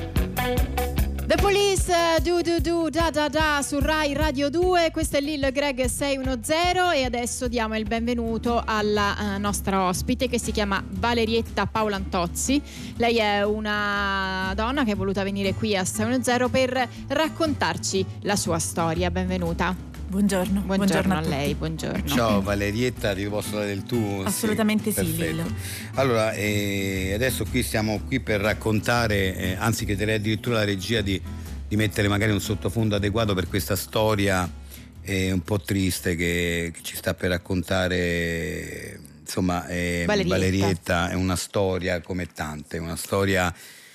B: The Police, uh, do do do da da da su Rai Radio due, questo è Lil Greg sei uno zero e adesso diamo il benvenuto alla uh, nostra ospite che si chiama Valerietta Paolantozzi. Lei è una donna che è voluta venire qui a sei uno zero per raccontarci la sua storia. Benvenuta.
G: Buongiorno.
B: Buongiorno,
G: buongiorno
B: a,
G: a
B: lei, buongiorno.
C: Ciao Valerietta, ti posso dare il tu?
G: Assolutamente sì,
C: perfetto.
G: Lillo.
C: Allora, eh, adesso qui stiamo qui per raccontare, eh, anzi chiederei addirittura alla regia di, di mettere magari un sottofondo adeguato per questa storia eh, un po' triste che, che ci sta per raccontare, insomma, eh,
B: Valerietta.
C: Valerietta. È una storia come tante, una storia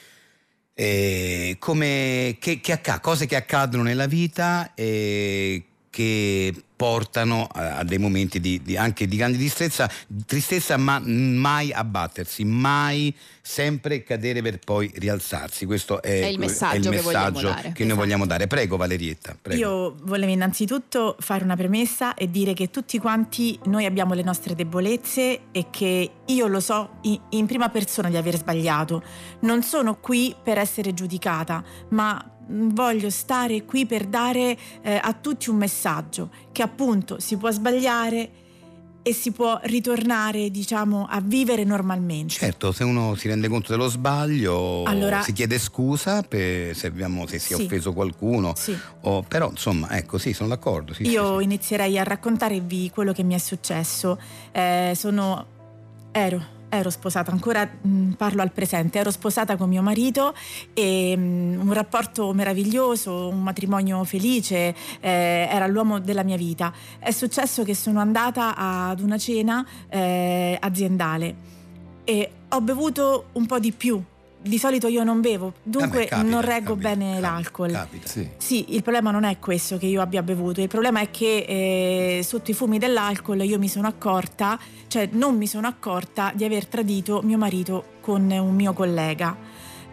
C: eh, come che, che accade, cose che accadono nella vita e che portano a, a dei momenti di, di, anche di grande tristezza, tristezza, ma mai abbattersi, mai, sempre cadere per poi rialzarsi. Questo è,
B: È il messaggio
C: è il
B: che
C: messaggio
B: vogliamo dare.
C: che noi
G: Esatto.
C: vogliamo dare. Prego Valerietta, prego.
G: Io volevo innanzitutto fare una premessa e dire che tutti quanti noi abbiamo le nostre debolezze e che io lo so in, in prima persona di aver sbagliato. Non sono qui per essere giudicata, ma voglio stare qui per dare eh, a tutti un messaggio che appunto si può sbagliare e si può ritornare, diciamo, a vivere normalmente.
C: Certo, se uno si rende conto dello sbaglio,
G: Allora-
C: si chiede scusa per, se, abbiamo, se si è
G: Sì.
C: offeso qualcuno,
G: Sì.
C: o, però insomma, ecco, sì, sono d'accordo. Sì,
G: Io
C: sì, sì.
G: inizierei a raccontarvi quello che mi è successo. Eh, sono ero ero sposata, ancora mh, parlo al presente, ero sposata con mio marito e mh, un rapporto meraviglioso, un matrimonio felice, eh, era l'uomo della mia vita. È successo che sono andata ad una cena eh, aziendale e ho bevuto un po' di più. Di solito io non bevo, dunque
C: Vabbè, capita,
G: non reggo
C: capita,
G: bene
C: capita,
G: l'alcol.
C: Capita.
D: Sì.
G: Sì, il problema non è questo che io abbia bevuto, il problema è che eh, sotto i fumi dell'alcol io mi sono accorta, cioè non mi sono accorta di aver tradito mio marito con un mio collega.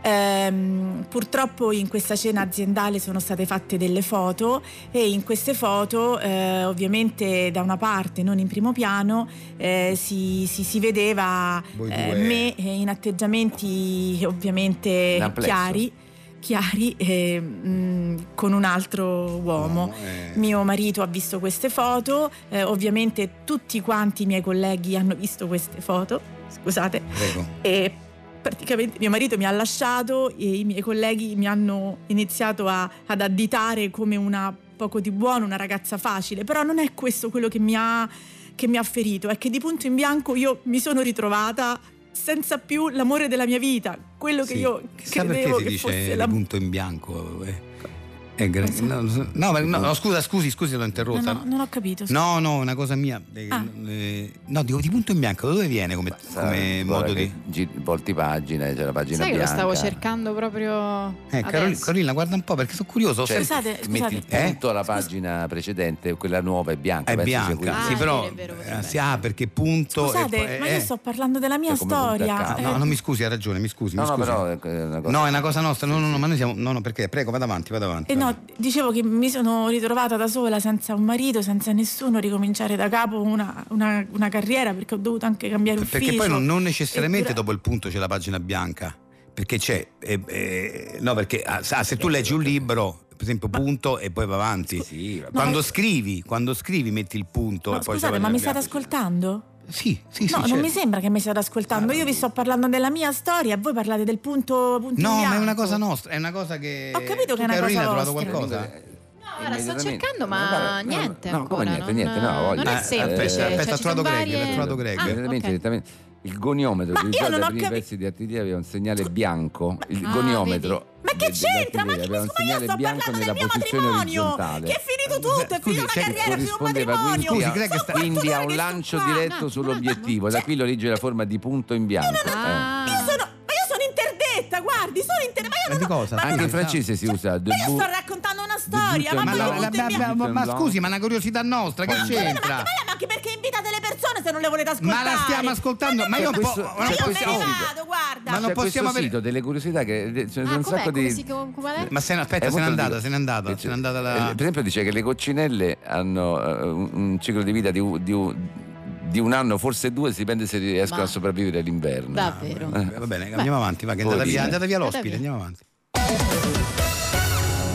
G: Ehm, purtroppo in questa cena aziendale sono state fatte delle foto e in queste foto eh, ovviamente da una parte, non in primo piano, eh, si, si, si vedeva
C: Voi
G: eh,
C: due-
G: me in atteggiamenti ovviamente
D: In amplesso.
G: chiari chiari eh, mh, con un altro uomo.
C: eh,
G: Mio marito ha visto queste foto, eh, ovviamente tutti quanti i miei colleghi hanno visto queste foto, scusate,
C: Prego.
G: e praticamente mio marito mi ha lasciato e i miei colleghi mi hanno iniziato a, ad additare come una poco di buono, una ragazza facile, però non è questo quello che mi ha, che mi ha ferito, è che di punto in bianco io mi sono ritrovata senza più l'amore della mia vita, quello che
C: Sì.
G: io
C: Chissà
G: credevo
C: perché si
G: che
C: dice
G: fosse
C: di
G: la...
C: punto in bianco. eh. È gra- no, no, ma- no, no, scusa, scusi, scusi, l'ho
G: No,
C: interrotta.
G: no, non ho capito. scusa.
C: No, no, una cosa mia. eh,
G: Ah.
C: eh, no, dico di punto in bianco, da dove viene come, come
D: Guarda
C: modo
D: che
C: di.
D: gi- volti pagina, c'è la pagina
B: Sai che lo
D: bianca.
B: stavo cercando proprio
C: Eh, Carol-
B: adesso.
C: Carolina, guarda un po' perché sono curioso.
D: Cioè,
G: Scusate,
D: metti
G: scusate.
D: il punto alla pagina precedente, quella nuova è bianca.
C: È
D: penso sia
C: bianca,
D: quella.
B: Ah,
C: sì,
B: è
C: però
B: vero, è vero,
C: eh,
B: potrebbe
C: sì, ah, perché punto.
G: Scusate,
C: e poi-
G: ma
C: eh,
G: io sto parlando della mia
D: Cioè, come punto a
G: storia.
D: capo.
G: eh.
C: No, non mi scusi, ha ragione, mi scusi.
D: No,
C: mi
D: no,
C: scusi.
D: però è una cosa...
C: No, è una cosa nostra. No, no, no, ma noi siamo. No, no, perché? Prego, vada avanti, vada avanti.
G: E
C: vada
G: no, dicevo che mi sono ritrovata da sola, senza un marito, senza nessuno, ricominciare da capo una, una, una carriera, perché ho dovuto anche cambiare ufficio.
C: Perché poi non, non necessariamente
G: E dura-
C: dopo il punto c'è la pagina bianca, perché c'è, eh, eh, no, perché ah, sa, se tu leggi un libro, per esempio punto e poi va avanti.
D: Sì, vabbè.
C: Quando
G: ma-
C: scrivi, quando scrivi metti il punto
G: No,
C: e poi c'è
G: scusate,
C: la
G: ma mi
C: pagina
G: state
C: bianca.
G: ascoltando?
C: Sì, sì, sì.
G: No, non
C: certo.
G: mi sembra che mi state ascoltando. Io vi sto parlando della mia storia e voi parlate del punto, punto in
C: No, ma è
G: bianco.
C: una cosa nostra, è una cosa che.
G: Ho capito che è una
C: Carolina,
G: cosa
C: ha trovato
G: vostra.
C: qualcosa?
B: No, ora sto
D: Immediatamente.
B: cercando, ma
D: No, no,
B: niente
D: no,
B: ancora.
D: come niente,
B: non,
D: niente, no, voglio-
B: non è
C: Eh,
B: semplice.
C: aspetta, aspetta,
B: cioè,
C: ha
B: ci
C: trovato
B: sono
C: Greg,
B: varie-
C: l'ha trovato Greg.
B: Ah,
D: Immediatamente,
B: ok.
D: direttamente. Il goniometro
G: Ma io
D: utilizzato
G: non
D: dai
G: ho
D: primi
G: capi-
D: pezzi di artiglieria aveva un segnale bianco. Il
B: Ah,
D: goniometro.
G: Ma che
D: de-
G: c'entra? Ma
D: dell'artiglieria
G: che
D: aveva un
G: ma io
D: segnale
G: sto
D: bianco
G: parlando
D: nella
G: del mio
D: posizione
G: matrimonio!
D: orizzontale.
G: Che è finito tutto, è
C: Scusi,
G: finita
C: cioè,
G: una carriera, è finito un
D: Corrispondeva
G: matrimonio!
C: Scusi,
D: quindi,
C: Greg
D: a,
C: sta-
D: quindi a un
G: che sto
D: lancio
G: qua.
D: diretto
B: No,
D: sull'obiettivo. Da qui l'origine la forma di punto in bianco.
B: Ah.
G: Io sono, ma io sono interdetta, guardi, sono interdetta. Ma io
C: Ma
G: non
C: di
G: ho-
C: cosa?
G: ma
D: Eh. Anche
G: non
D: in
G: ho-
D: francese si usa
G: Ma io
D: debout.
G: sto raccontando una storia,
D: Debut
G: ma
C: Ma,
G: poi
C: la-
G: io
C: la-
G: punto in
C: la-
G: bianco.
C: ma- ma scusi, ma una curiosità nostra, che
G: Ma
C: c'entra?
G: ma anche perché invitate le persone se non le volete ascoltare?
C: Ma la stiamo ascoltando, ma io un po'.
D: questo-
C: ma
G: Ma
C: non
G: io me
C: possiamo-
G: ne vado, guarda.
C: Ma non
D: C'è
C: possiamo
D: questo
C: avere-
D: sito delle curiosità che ce ne
B: Ah,
D: sono un
B: com'è?
D: sacco
B: Come
D: di
B: si chiama- com'è?
C: Ma se, aspetta,
D: È
C: se n'è
D: molto
C: andata,
D: dico-
C: se n'è andata,
D: eh,
C: se n'è andata
D: eh,
C: la.
D: Per esempio dice che le coccinelle hanno eh, un, un ciclo di vita di, un- di un- di un anno, forse due, dipende se riescono
B: Ma-
D: a sopravvivere l'inverno.
B: Davvero?
C: Eh, va bene, andiamo avanti, va, che è
D: Vuol
C: andata via, è
D: dire.
C: andata via
B: Andata
C: l'ospite,
B: via.
C: andiamo avanti.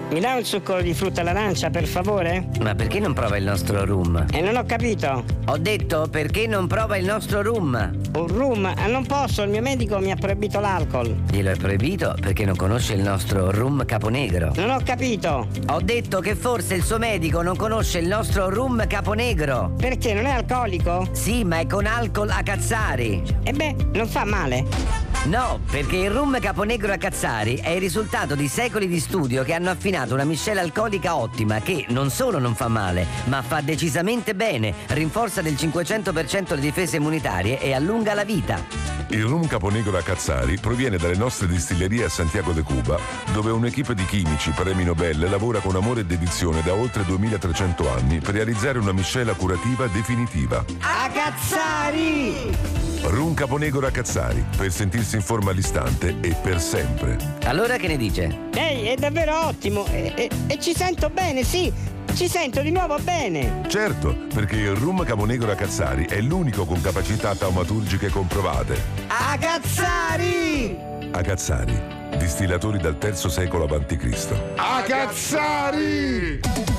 J: Mi dai un succo di frutta all'arancia, per favore?
K: Ma perché non prova il nostro rum?
J: E non ho capito.
K: Ho detto perché non prova il nostro rum?
J: Un rum? Ah, non posso, il mio medico mi ha proibito l'alcol.
K: Glielo è proibito perché non conosce il nostro rum Caponegro.
J: Non ho capito.
K: Ho detto che forse il suo medico non conosce il nostro rum Caponegro.
J: Perché, non è alcolico?
K: Sì, ma è con alcol a Cazzari.
J: E beh, non fa male.
K: No, perché il rum Caponegro a Cazzari è il risultato di secoli di studio che hanno affinato una miscela alcolica ottima che non solo non fa male, ma fa decisamente bene, rinforza del cinquecento per cento le difese immunitarie e allunga la vita.
L: Il rum Caponegro a Cazzari proviene dalle nostre distillerie a Santiago de Cuba, dove un'equipe di chimici premi Nobel lavora con amore e dedizione da oltre duemilatrecento anni per realizzare una miscela curativa definitiva.
J: A Cazzari!
L: Rum Caponegro a Cazzari, per sentirsi in forma all'istante e per sempre.
K: Allora che ne dice?
J: Ehi, è davvero ottimo e, e, e ci sento bene, sì, ci sento di nuovo bene.
L: Certo, perché il rum Caponegro a Cazzari è l'unico con capacità taumaturgiche comprovate.
J: A Cazzari!
L: A Cazzari, distillatori dal terzo secolo avanti Cristo.
M: A Cazzari!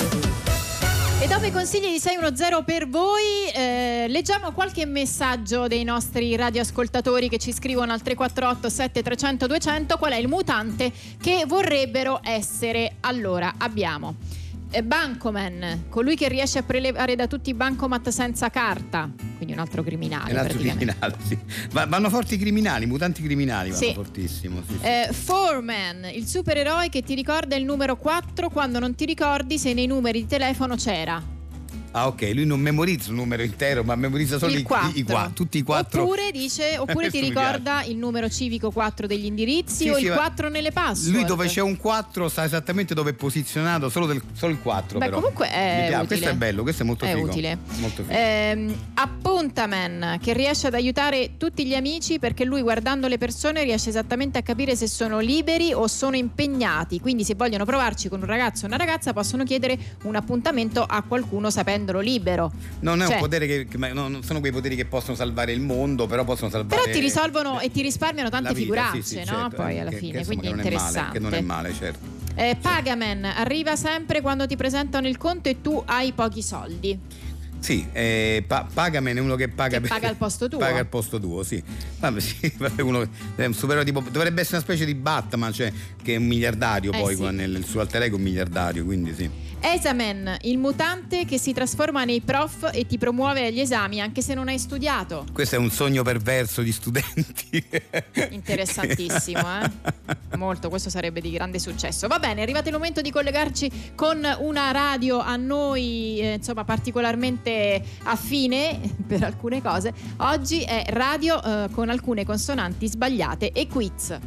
B: E dopo i consigli di sei uno zero per voi, eh, leggiamo qualche messaggio dei nostri radioascoltatori che ci scrivono al tre quattro otto sette tre zero zero due zero zero qual è il mutante che vorrebbero essere. Allora, abbiamo eh, Bancoman, colui che riesce a prelevare da tutti i bancomat senza carta, quindi un altro criminale.
C: Un altro criminale, sì. Va, vanno forti i criminali, mutanti criminali vanno
B: sì.
C: fortissimo. Sì, sì.
B: Eh, Foreman, il supereroe che ti ricorda il numero quattro quando non ti ricordi se nei numeri di telefono c'era.
C: Ah, ok, lui non memorizza un numero intero, ma memorizza solo
B: il
C: i, i, i qua, tutti i quattro.
B: Oppure dice, oppure ti ricorda il numero civico quattro degli indirizzi sì, o sì, il quattro nelle password.
C: Lui dove c'è un quattro sa esattamente dove è posizionato, solo, del, solo il quattro.
B: Beh,
C: però.
B: comunque è utile.
C: Questo è bello, questo è molto
B: è
C: figo.
B: utile.
C: Molto figo.
B: Eh, Appuntaman, che riesce ad aiutare tutti gli amici perché lui guardando le persone riesce esattamente a capire se sono liberi o sono impegnati. Quindi se vogliono provarci con un ragazzo o una ragazza possono chiedere un appuntamento a qualcuno sapendolo libero.
C: Non è
B: cioè,
C: un potere che, che no, non sono quei poteri che possono salvare il mondo, però possono salvare.
B: Però ti risolvono e ti risparmiano tante
C: vita,
B: figuracce,
C: sì, sì,
B: no?
C: Certo,
B: Poi alla
C: che,
B: fine,
C: che,
B: quindi è
C: non
B: interessante.
C: È male, che non è male, certo.
B: Eh, Pagaman arriva sempre quando ti presentano il conto e tu hai pochi soldi.
C: Sì, eh, pa- Pagaman è uno che paga
B: che
C: per,
B: paga al posto tuo.
C: Paga al posto tuo, sì. Vabbè, sì uno è un supereroe tipo, dovrebbe essere una specie di Batman, cioè che è un miliardario
B: eh,
C: poi
B: sì.
C: nel suo alter ego è un miliardario, quindi sì.
B: Esamen, il mutante che si trasforma nei prof e ti promuove agli esami anche se non hai studiato.
C: Questo è un sogno perverso di studenti.
B: Interessantissimo, eh? Molto, questo sarebbe di grande successo. Va bene, è arrivato il momento di collegarci con una radio a noi eh, insomma particolarmente affine per alcune cose. Oggi è radio eh, con alcune consonanti sbagliate e quiz.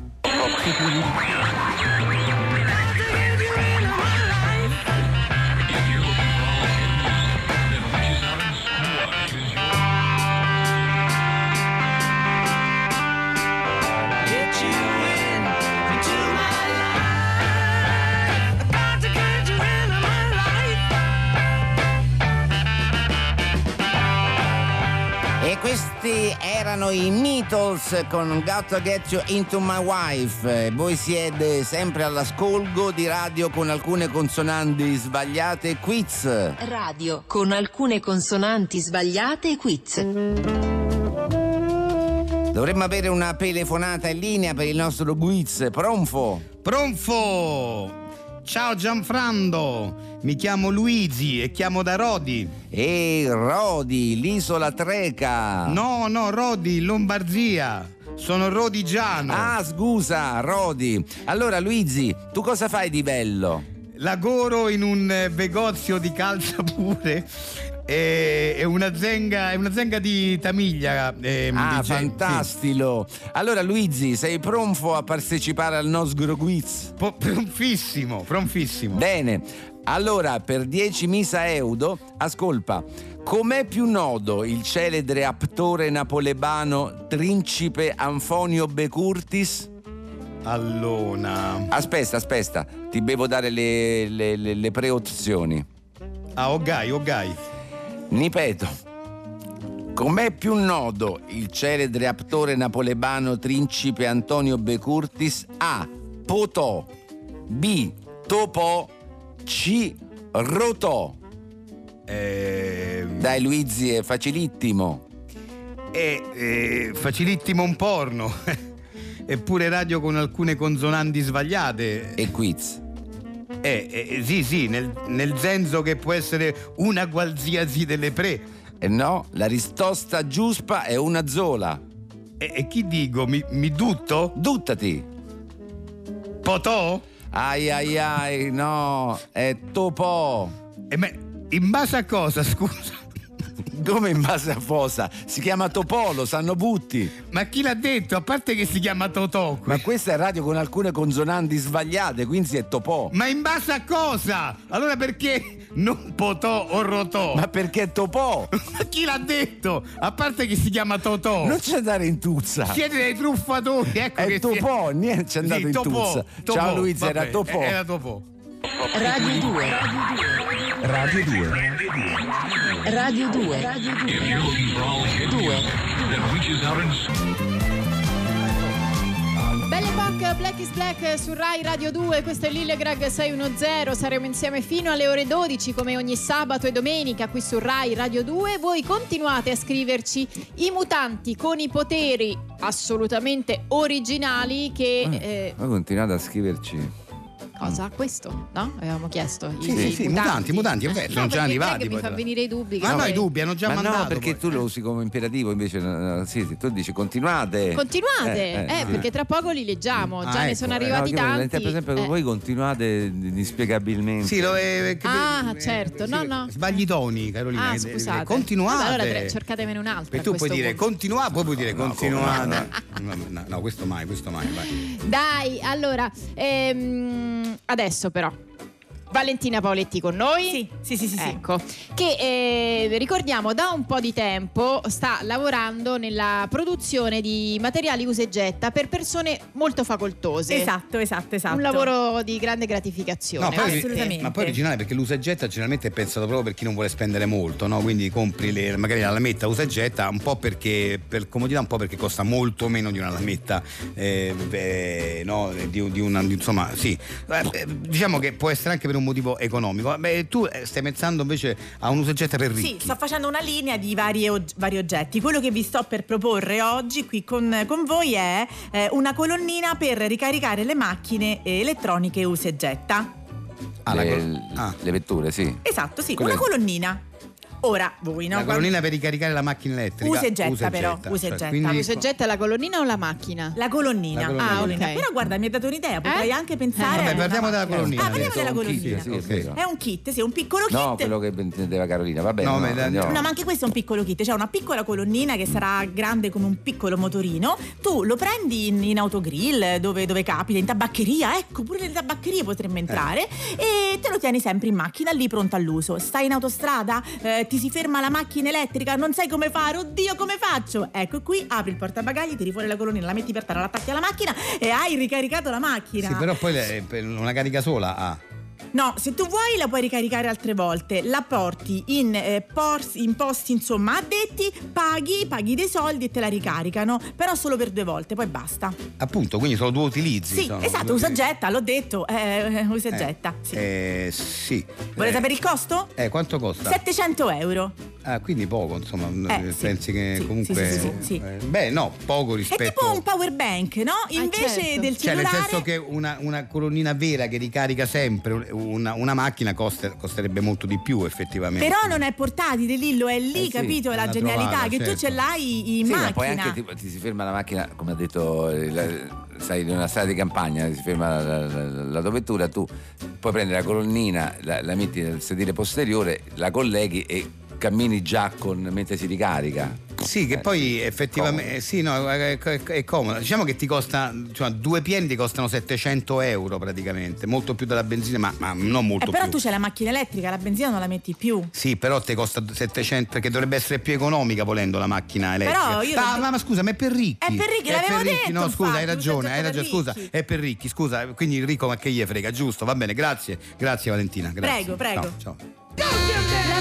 D: E questi erano i Beatles con Got to Get You Into My Wife. Voi siete sempre all'ascolto di radio con alcune consonanti sbagliate quiz.
N: Radio con alcune consonanti sbagliate quiz.
D: Dovremmo avere una telefonata in linea per il nostro quiz. Pronfo?
C: Pronfo! Ciao Gianfrando, mi chiamo Luigi e chiamo da Rodi.
D: Ehi, Rodi, l'isola Treca.
C: No, no, Rodi, Lombardia. Sono rodigiano.
D: Ah, scusa, Rodi. Allora, Luigi, tu cosa fai di bello?
C: Lavoro in un negozio di calzapure. È una zenga, è una zenga di Tamiglia. Eh,
D: ah,
C: di
D: fantastico. Sì. Allora, Luigi, sei pronto a partecipare al nostro quiz?
C: Po- pronfissimo, pronfissimo.
D: Bene. Allora, per diecimila euro, ascolta, com'è più noto il celebre attore napoletano Principe Anfonio De Curtis?
C: Allora.
D: Aspetta, aspetta, ti devo dare le, le, le, le pre-opzioni.
C: Ah, ok, ok.
D: Ripeto, com'è più noto il celebre attore napoletano Principe Antonio De Curtis? A. Potò. B. Topò ci rotò.
C: Eh,
D: Dai Luigi, è facilittimo.
C: È eh, facilittimo un porno. Eppure radio con alcune consonanti sbagliate.
D: E quiz.
C: Eh, eh, sì, sì, nel, nel senso che può essere una qualsiasi delle tre.
D: Eh no, la risposta giusta è una zola.
C: E, e chi dico? Mi, mi dutto?
D: Duttati.
C: Potò?
D: Ai ai ai, no, è topò.
C: E ma in base a cosa, scusa?
D: Come in base a cosa? Si chiama Topò, lo sanno tutti.
C: Ma chi l'ha detto? A parte che si chiama Totò.
D: Ma questa è radio con alcune consonanti sbagliate, quindi è Topò.
C: Ma in base a cosa? Allora perché non Potò o Rotò?
D: Ma perché è Topò?
C: Ma chi l'ha detto? A parte che si chiama Totò.
D: Non c'è andare in tuzza.
C: Siete dei truffatori, ecco.
D: È
C: che
D: Topò, si... niente, c'è andato
C: sì,
D: in
C: topò,
D: tuzza.
C: Topò,
D: Ciao Luigi,
C: vabbè,
D: era Topò.
C: Era Topò.
N: Radio due.
O: Radio due.
N: Radio due. Radio due.
B: Belle Boc, Black is Black su Rai Radio due, questo è Lille Greg sei uno zero, saremo insieme fino alle ore dodici come ogni sabato e domenica qui su Rai Radio due. Voi continuate a scriverci i mutanti con i poteri assolutamente originali che...
D: Ah,
B: eh,
D: voi continuate a scriverci.
B: Cosa? Questo? No? Avevamo chiesto.
C: Sì,
B: I,
C: sì,
B: i
C: sì, mutanti, mutanti,
B: Eh,
C: ok,
B: no,
C: sono già
B: perché
C: arrivati.
B: Greg mi fa venire i dubbi.
C: Ma
B: che
C: no,
B: poi-
C: i dubbi hanno già
D: Ma
C: mandato.
D: no, perché
C: poi.
D: tu lo usi come imperativo, invece no, sì, sì, tu dici continuate.
B: Continuate,
D: Eh,
B: eh,
D: eh,
B: perché
D: eh.
B: tra poco li leggiamo, già
C: Ah,
B: ne
C: ecco,
B: sono
C: eh,
B: arrivati
D: No, che
B: tanti.
D: per esempio
B: eh.
D: voi continuate inspiegabilmente.
C: Sì, lo è, che-
B: Ah,
C: eh,
B: certo,
C: sì,
B: no, no.
C: Sbagli i toni, Carolina.
B: Ah,
C: eh,
B: scusate.
C: Continuate.
B: Vabbè, allora tre- cercatemene un'altra.
C: E tu
B: a
C: puoi
B: questo
C: dire
B: punto.
C: continuate, poi puoi dire
D: No,
C: continuate. No, no, no, questo mai, questo mai. Vai.
B: Dai, allora, ehm, adesso però. Valentina Paoletti con noi.
G: Sì, sì, sì, sì, sì.
B: Ecco, che eh, ricordiamo da un po' di tempo sta lavorando nella produzione di materiali usa e getta per persone molto facoltose.
G: Esatto, esatto, esatto.
B: Un lavoro di grande gratificazione.
C: No, poi,
G: Assolutamente.
C: eh, ma poi originale perché l'usa e getta generalmente è pensato proprio per chi non vuole spendere molto, no? Quindi compri le, magari la lametta usa e getta un po' perché per comodità, un po' perché costa molto meno di una lametta eh, eh, no? di, di una di, insomma sì eh, diciamo che può essere anche per un motivo economico. Beh, tu stai pensando invece a un usa e getta per ricchi.
G: Sì, sto facendo una linea di vari, og- vari oggetti. Quello che vi sto per proporre oggi qui con, con voi è eh, una colonnina per ricaricare le macchine elettroniche usa e getta.
C: Ah, la
D: le,
C: col- ah.
D: le vetture, sì.
G: Esatto, sì,
D: Quello
G: una
D: è-
G: colonnina. Ora voi, no?
C: La colonnina per ricaricare la macchina elettrica.
G: Usa e getta, però, usa e
C: cioè,
G: getta.
C: quindi-
B: Usa e getta la colonnina o la macchina?
G: La colonnina.
C: La colonnina.
G: Ah,
B: Ah,
G: ok.
B: ok.
G: Però guarda, mi ha dato un'idea, potrei
B: Eh?
G: anche pensare.
C: Vabbè,
G: a una
C: parliamo della
G: macchina.
C: colonnina.
G: Ah, parliamo
C: adesso.
G: della
D: un kit,
G: colonnina.
D: sì, è
C: Ok.
D: vero.
G: È un kit, sì, un piccolo kit.
D: No, quello che intendeva Carolina, va bene.
C: No,
D: No,
C: ma dai,
D: andiamo.
G: No, ma anche questo è un piccolo kit, cioè una piccola colonnina che sarà grande come un piccolo motorino. Tu lo prendi in, in autogrill, dove, dove capita, in tabaccheria, ecco, pure nelle tabaccherie potremmo entrare, e te lo tieni sempre in macchina, lì pronto all'uso. Stai in autostrada, eh, ti si ferma la macchina elettrica, non sai come fare, oddio come faccio? Ecco qui, apri il portabagagli, tiri fuori la colonnina, la metti per terra, la attacchi alla macchina e hai ricaricato la macchina.
C: Sì, però poi le- per una carica sola ha.
G: No, se tu vuoi la puoi ricaricare altre volte, la porti in, eh, pors- in posti insomma addetti, paghi, paghi dei soldi e te la ricaricano, però solo per due volte, poi basta.
C: Appunto, quindi sono due utilizzi.
G: Sì,
C: sono
G: esatto,
C: due
G: usa e
C: utilizzi.
G: getta, l'ho detto, eh, usa e
C: Eh,
G: getta. Sì.
C: Eh, sì.
G: Volete
C: Eh,
G: sapere il costo?
C: Eh, quanto costa?
G: settecento euro.
C: Ah, quindi poco, insomma,
G: Eh, sì,
C: pensi che
G: sì,
C: comunque
G: sì, sì, sì, sì.
C: eh, beh, no, poco
G: È
C: rispetto.
G: tipo un power bank, no? Invece
B: certo.
G: del
C: Cioè, nel
G: cellulare.
C: senso che una, una colonnina vera che ricarica sempre una, una macchina costa- costerebbe molto di più, effettivamente.
G: Però non è portatile, Lillo, è lì,
C: Eh sì,
G: capito? La
C: l'ha
G: genialità,
C: trovata,
G: che tu
C: certo.
G: ce l'hai in
D: Sì,
G: macchina.
D: ma poi anche ti, ti si ferma la macchina, come ha detto, eh, la- sai, in una strada di campagna, si ferma la, la, la tua vettura, tu puoi prendere la colonnina, la, la metti nel sedile posteriore, la colleghi e cammini già con, mentre si ricarica.
C: Sì, che
D: Eh,
C: poi effettivamente eh, sì, no, è, è- è comodo. Diciamo che ti costa, cioè, due pieni ti costano settecento euro praticamente, molto più della benzina, ma, ma non molto
G: Eh, però
C: più.
G: tu c'hai la macchina elettrica, la benzina non la metti più.
C: Sì, però ti costa settecento, perché dovrebbe essere più economica volendo la macchina elettrica.
G: Però io
C: Ah,
G: non-
C: ma, ma scusa, ma è per ricchi.
G: È per ricchi,
C: È
G: l'avevo
C: per ricchi.
G: detto,
C: No, scusa, hai
G: infatti,
C: ragione,
G: usa
C: hai
G: per
C: ragione, scusa,
G: ricchi.
C: è per ricchi, scusa, quindi il ricco ma che gli frega, giusto? Va bene, grazie. Grazie Valentina, grazie.
G: Prego, prego.
C: Ciao, ciao.
B: Love and Bacon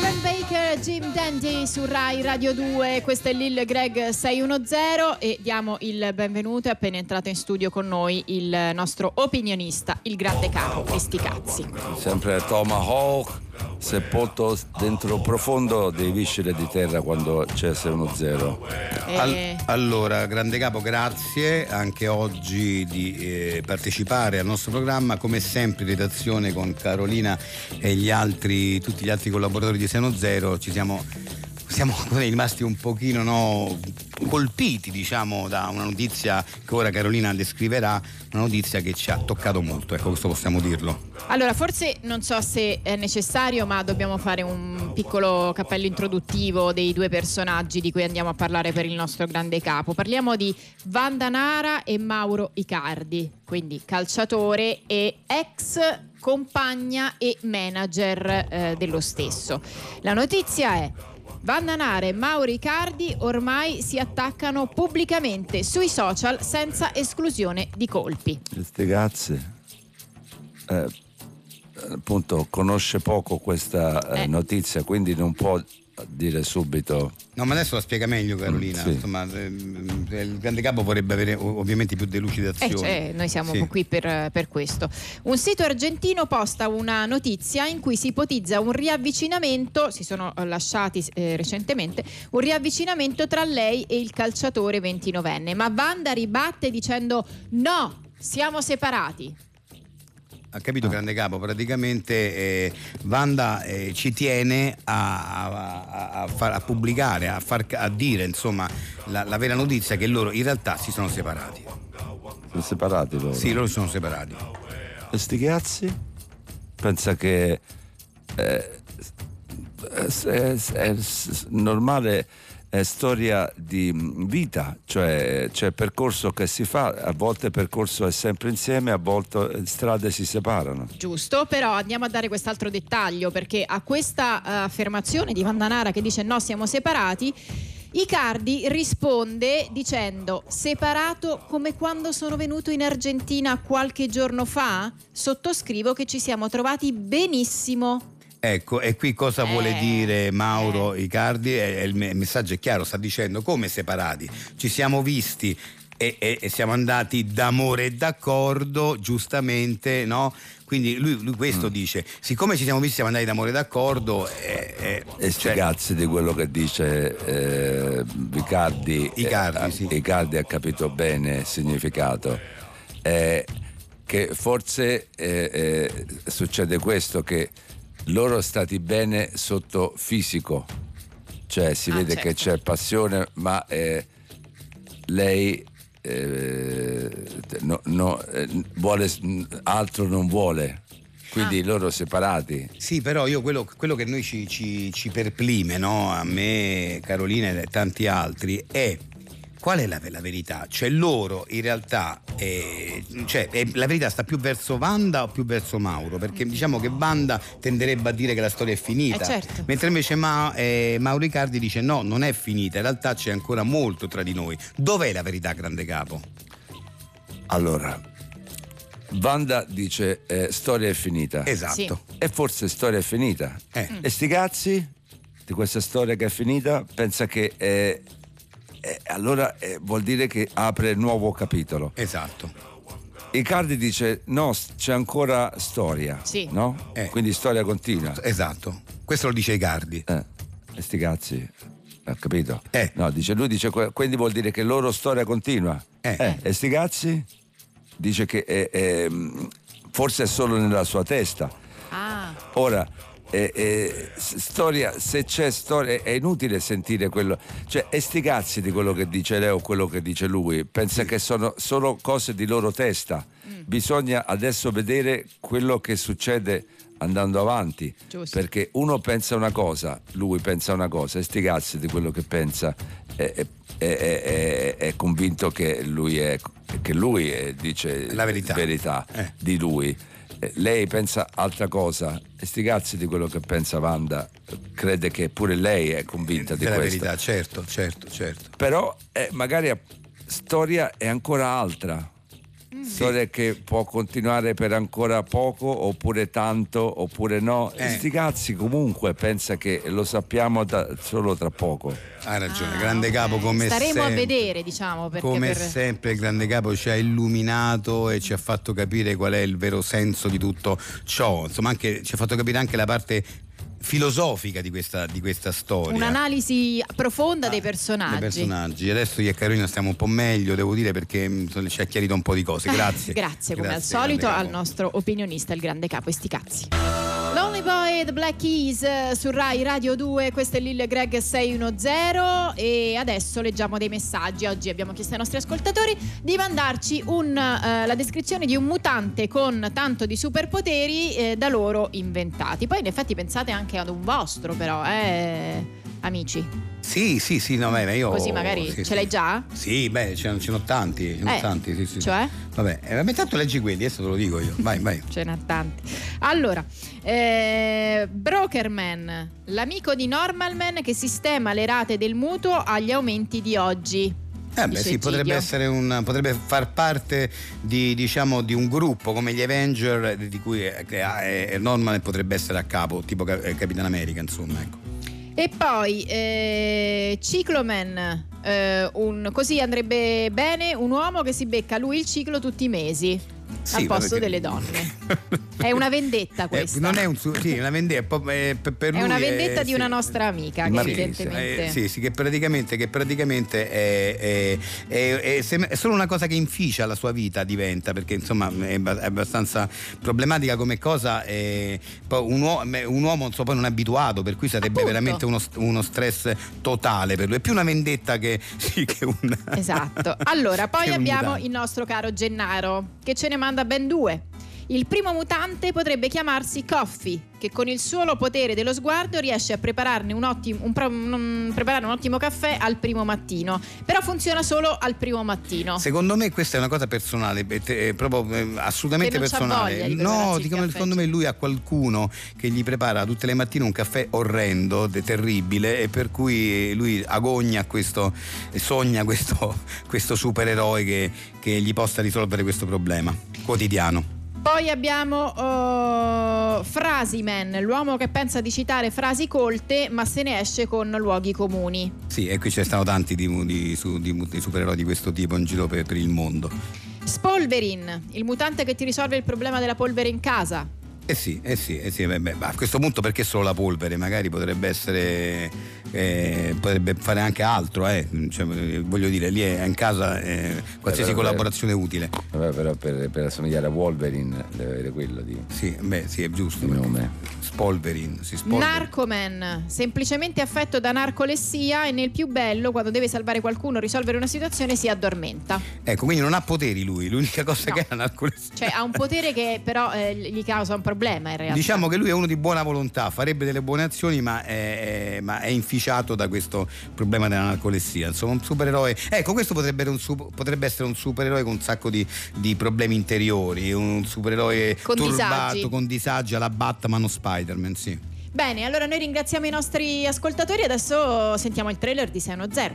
B: Baker, Jim Dandy su Rai Radio due. Questo è Lil Greg sei uno zero e diamo il benvenuto. È appena entrato in studio con noi il nostro opinionista, il grande capo e sti cazzi.
D: Sempre Tomahawk sepolto dentro profondo dei visceri di terra quando c'è sei uno zero.
C: All- allora, grande capo, grazie anche oggi di eh, partecipare al nostro programma. Come sempre in redazione con Carolina e gli altri, tutti gli altri collaboratori di sei uno zero, ci siamo siamo rimasti un pochino no, colpiti, diciamo, da una notizia che ora Carolina descriverà, una notizia che ci ha toccato molto, ecco, questo possiamo dirlo.
B: Allora, forse non so se è necessario, ma dobbiamo fare un piccolo cappello introduttivo dei due personaggi di cui andiamo a parlare per il nostro grande capo. Parliamo di Vanda Nara e Mauro Icardi, quindi calciatore e ex compagna e manager eh, dello stesso. La notizia è: Vanda Nara e Mauro Icardi ormai si attaccano pubblicamente sui social senza esclusione di colpi.
D: Queste cazze eh, appunto conosce poco questa eh,
B: Eh.
D: notizia, quindi non può dire subito.
C: No, ma adesso la spiega meglio Carolina.
D: Mm, sì.
C: Insomma, ehm, il grande capo vorrebbe avere ov- ovviamente più delucidazioni.
B: Eh, cioè, noi siamo
C: Sì.
B: qui per, per questo. Un sito argentino posta una notizia in cui si ipotizza un riavvicinamento, si sono lasciati eh, recentemente, un riavvicinamento tra lei e il calciatore ventinovenne. Ma Vanda ribatte dicendo: no, siamo separati.
C: Ha capito, grande capo? Praticamente eh, Vanda eh, ci tiene a, a, a, far, a pubblicare, a, far, a dire insomma la, la vera notizia, che loro in realtà si sono separati.
D: Sono separati loro?
C: Sì, loro si sono separati.
D: E sti cazzi? Pensa che eh, è, è, è normale, è storia di vita, cioè c'è percorso che si fa, a volte il percorso è sempre insieme, a volte strade si separano.
B: Giusto, però andiamo a dare quest'altro dettaglio, perché a questa uh, affermazione di Vanda Nara che dice no, siamo separati, Icardi risponde dicendo: separato come quando sono venuto in Argentina qualche giorno fa, sottoscrivo che ci siamo trovati benissimo.
C: Ecco, e qui cosa
B: Eh,
C: vuole dire Mauro Icardi? E il me- messaggio è chiaro, sta dicendo: come separati? Ci siamo visti e, e- e siamo andati d'amore e d'accordo, giustamente, no? Quindi lui, lui questo
D: Mm.
C: dice: siccome ci siamo visti, siamo andati d'amore e d'accordo. Eh, eh,
D: E sti
C: cioè-
D: cazzi di quello che dice eh, Icardi.
C: Icardi,
D: eh,
C: sì.
D: Icardi ha capito bene il significato. Eh, che forse eh, eh, succede questo, che loro stati bene sotto fisico, cioè si
B: Ah,
D: vede
B: certo.
D: che c'è passione, ma eh, lei eh, no, no, eh, vuole altro, non vuole, quindi loro separati.
C: Sì, però io quello, quello che noi ci, ci, ci perplime, no? A me, Carolina e tanti altri, è qual è la, la verità? Cioè loro in realtà, eh, cioè, eh, la verità sta più verso Vanda o più verso Mauro? Perché diciamo che Vanda tenderebbe a dire che la storia è finita,
B: Eh, certo.
C: mentre invece Ma- eh, Mauro Icardi dice no, non è finita, in realtà c'è ancora molto tra di noi. Dov'è la verità, grande capo?
D: Allora, Vanda dice eh, storia è finita.
C: Esatto.
D: E forse storia è finita.
C: Eh.
D: E sti cazzi di questa storia che è finita pensa che eh, eh, allora eh, vuol dire che apre il nuovo capitolo.
C: Esatto.
D: Icardi dice no, s- c'è ancora storia.
B: Sì.
D: No?
C: Eh.
D: Quindi storia continua.
C: Esatto. Questo lo dice Icardi.
D: Eh. E sti cazzi. Ho capito?
C: Eh.
D: No, dice lui dice que- quindi vuol dire che loro storia continua.
C: Eh.
D: E sti cazzi? Dice che eh, ehm, forse è solo nella sua testa.
B: Ah,
D: Ora, eh, eh, s- storia, se c'è storia, è inutile sentire quello. Cioè, e sti cazzi di quello che dice lei o quello che dice lui. Pensa che sono solo cose di loro testa. Bisogna adesso vedere quello che succede andando avanti.
B: Giusto.
D: Perché uno pensa una cosa, lui pensa una cosa, e sti cazzi di quello che pensa. È, è- è- è- è convinto che lui è che lui è- dice
C: La verità. Eh.
D: di lui. Eh, lei pensa altra cosa, e sti cazzi di quello che pensa Vanda, crede che pure lei è convinta di
C: Della
D: questo.
C: verità, certo, certo, certo.
D: Però eh, magari a- storia è ancora altra. storia è che può continuare per ancora poco oppure tanto oppure no.
C: Eh.
D: Sti cazzi comunque pensa che lo sappiamo da, solo tra poco.
C: Hai ragione,
B: Ah,
C: grande capo come
B: Staremo
C: sempre.
B: a vedere, diciamo, perché
C: Come
B: per...
C: sempre il grande capo ci ha illuminato e ci ha fatto capire qual è il vero senso di tutto ciò, insomma anche ci ha fatto capire anche la parte filosofica di questa, di questa storia.
B: un'analisi profonda dei personaggi.
C: Dei personaggi. Adesso io e Carolina stiamo un po' meglio, devo dire, perché mh, ci ha chiarito un po' di cose. Grazie.
B: Eh, grazie, come
C: Grazie,
B: al solito,
C: grande
B: al
C: capo.
B: nostro opinionista, il grande capo, e sti cazzi. Lonely Boy e The Black Keys eh, su Rai Radio due, questo è Lil Greg sei uno zero e adesso leggiamo dei messaggi. Oggi abbiamo chiesto ai nostri ascoltatori di mandarci un, eh, la descrizione di un mutante con tanto di superpoteri eh, da loro inventati. Poi in effetti pensate anche ad un vostro, però, eh, amici.
C: Sì, sì, sì, no, beh, io
B: Così magari
C: sì,
B: ce
C: sì.
B: l'hai già?
C: Sì, beh, ce ne sono tanti, ce ne
B: Eh,
C: sono tanti, sì, sì.
B: cioè?
C: Vabbè, eh, ma intanto leggi quelli, adesso te lo dico io. Vai, vai.
B: Ce n'ha tanti. Allora, eh, Brokerman, l'amico di Normalman che sistema le rate del mutuo agli aumenti di oggi.
C: Eh beh,
B: Dice
C: sì, potrebbe
B: Gidio.
C: essere un potrebbe far parte di, diciamo, di un gruppo come gli Avenger di cui eh, eh, Norman potrebbe essere a capo, tipo Cap- eh, Capitan America, insomma, ecco.
B: E poi eh, Cicloman, eh, un, così andrebbe bene un uomo che si becca lui il ciclo tutti i mesi.
C: Sì,
B: al posto
C: perché-
B: delle donne. È una vendetta
C: Eh,
B: questa.
C: non è un su- sì, una vendetta eh, per, per
B: È
C: lui
B: una vendetta
C: è-
B: di
C: sì.
B: una nostra amica che
C: Sì,
B: evidentemente
C: eh, sì, sì, che praticamente, che praticamente è, è- è- è sem- è solo una cosa che inficia la sua vita, diventa, perché insomma è, ba- è abbastanza problematica come cosa. E poi un, uo- un uomo insomma, poi non è abituato, per cui sarebbe
B: Appunto.
C: veramente uno, st- uno stress totale per lui. È più una vendetta che, sì, che un.
B: Esatto. Allora, poi
C: Che un
B: abbiamo
C: mutante.
B: il nostro caro Gennaro che ce ne manda ben due. Il primo mutante potrebbe chiamarsi Coffee, che con il solo potere dello sguardo riesce a prepararne un ottimo, un, pro- un- preparare un ottimo caffè al primo mattino, però funziona solo al primo mattino.
C: Secondo me questa è una cosa personale, eh, te- eh, proprio eh, assolutamente
B: Che non c'ha
C: personale.
B: voglia di prepararsi
C: No,
B: il
C: dicono,
B: caffè,
C: secondo me lui ha qualcuno che gli prepara tutte le mattine un caffè orrendo, de- terribile, e per cui lui agogna questo, e sogna questo, questo supereroe che, che gli possa risolvere questo problema quotidiano.
B: Poi abbiamo uh, Frasiman, l'uomo che pensa di citare frasi colte ma se ne esce con luoghi comuni.
C: Sì, e qui ci stanno tanti di, di, su- di, di supereroi di questo tipo in giro per, per il mondo.
B: Spolverin, il mutante che ti risolve il problema della polvere in casa.
C: Eh sì, eh sì, eh sì, beh, beh, a questo punto perché solo la polvere? Magari potrebbe essere, eh, potrebbe fare anche altro, eh. Cioè, voglio dire, lì è in casa, eh, qualsiasi
D: Beh, però,
C: collaborazione è utile.
D: Vabbè, però per, per assomigliare a Wolverine deve avere quello di
C: Sì, beh, sì, è giusto.
D: di nome.
C: Spolverin, si spolvera.
B: Narcoman, semplicemente affetto da narcolessia e nel più bello, quando deve salvare qualcuno o risolvere una situazione, si addormenta.
C: Ecco, quindi non ha poteri lui, l'unica cosa
B: No.
C: che ha è la narcolessia.
B: Cioè ha un potere che però eh, gli causa un problema in realtà.
C: Diciamo che lui è uno di buona volontà, farebbe delle buone azioni, ma è, è- ma è inficiato da questo problema della narcolessia. Insomma, un supereroe. Ecco, questo potrebbe, un su- potrebbe essere un supereroe con un sacco di, di problemi interiori, un supereroe
B: Con
C: turbato,
B: disagi.
C: con disagi alla Batman o Spider-Man, sì.
B: Bene, allora noi ringraziamo i nostri ascoltatori e adesso sentiamo il trailer di sei uno zero.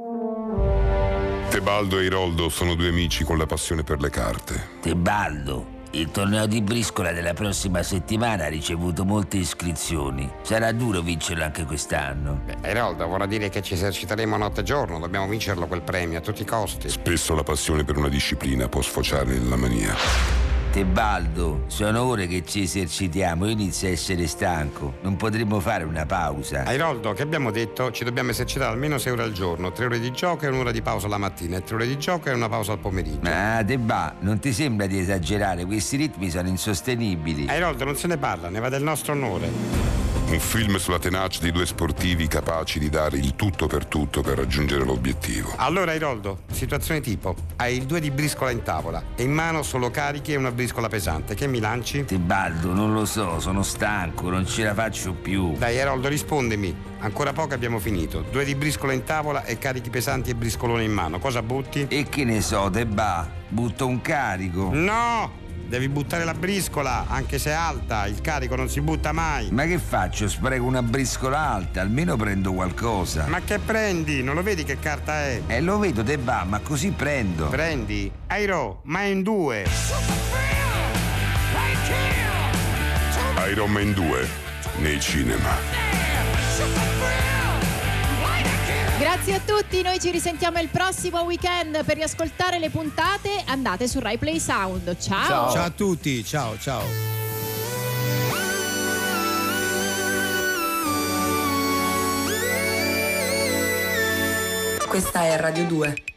L: Tebaldo e Iroldo sono due amici con la passione per le carte.
P: Tebaldo, il torneo di briscola della prossima settimana ha ricevuto molte iscrizioni. Sarà duro vincerlo anche quest'anno.
Q: Eroldo, vorrà dire che ci eserciteremo notte e giorno, dobbiamo vincerlo quel premio a tutti i costi.
L: Spesso la passione per una disciplina può sfociare nella mania.
P: Tebaldo, sono ore che ci esercitiamo, io inizio a essere stanco. Non potremmo fare una pausa.
Q: Eroldo, che abbiamo detto? Ci dobbiamo esercitare almeno sei ore al giorno, tre ore di gioco e un'ora di pausa la mattina, e tre ore di gioco e una pausa al pomeriggio.
P: Ma Tebà, non ti sembra di esagerare? Questi ritmi sono insostenibili.
Q: Eroldo, non se ne parla, ne va del nostro onore.
L: Un film sulla tenacia di due sportivi capaci di dare il tutto per tutto per raggiungere l'obiettivo.
Q: Allora, Eroldo, situazione tipo: hai il due di briscola in tavola e in mano solo carichi e una briscola pesante. Che mi lanci?
P: Tebaldo, non lo so, sono stanco, non ce la faccio più.
Q: Dai, Eroldo, rispondimi. Ancora poco abbiamo finito. Due di briscola in tavola e carichi pesanti e briscolone in mano. Cosa butti?
P: E che ne so, Tebà, butto un carico.
Q: No! Devi buttare la briscola, anche se è alta, il carico non si butta mai.
P: Ma che faccio? Spreco una briscola alta, almeno prendo qualcosa.
Q: Ma che prendi? Non lo vedi che carta è?
P: Eh, lo vedo, te va, ma così prendo.
Q: Prendi? Airo, ma in due.
L: Iron Man due, nei cinema.
B: Grazie a tutti, noi ci risentiamo il prossimo weekend. Per riascoltare le puntate andate su Rai Play Sound. Ciao.
C: Ciao, ciao a tutti, ciao ciao.
A: Questa è Radio due.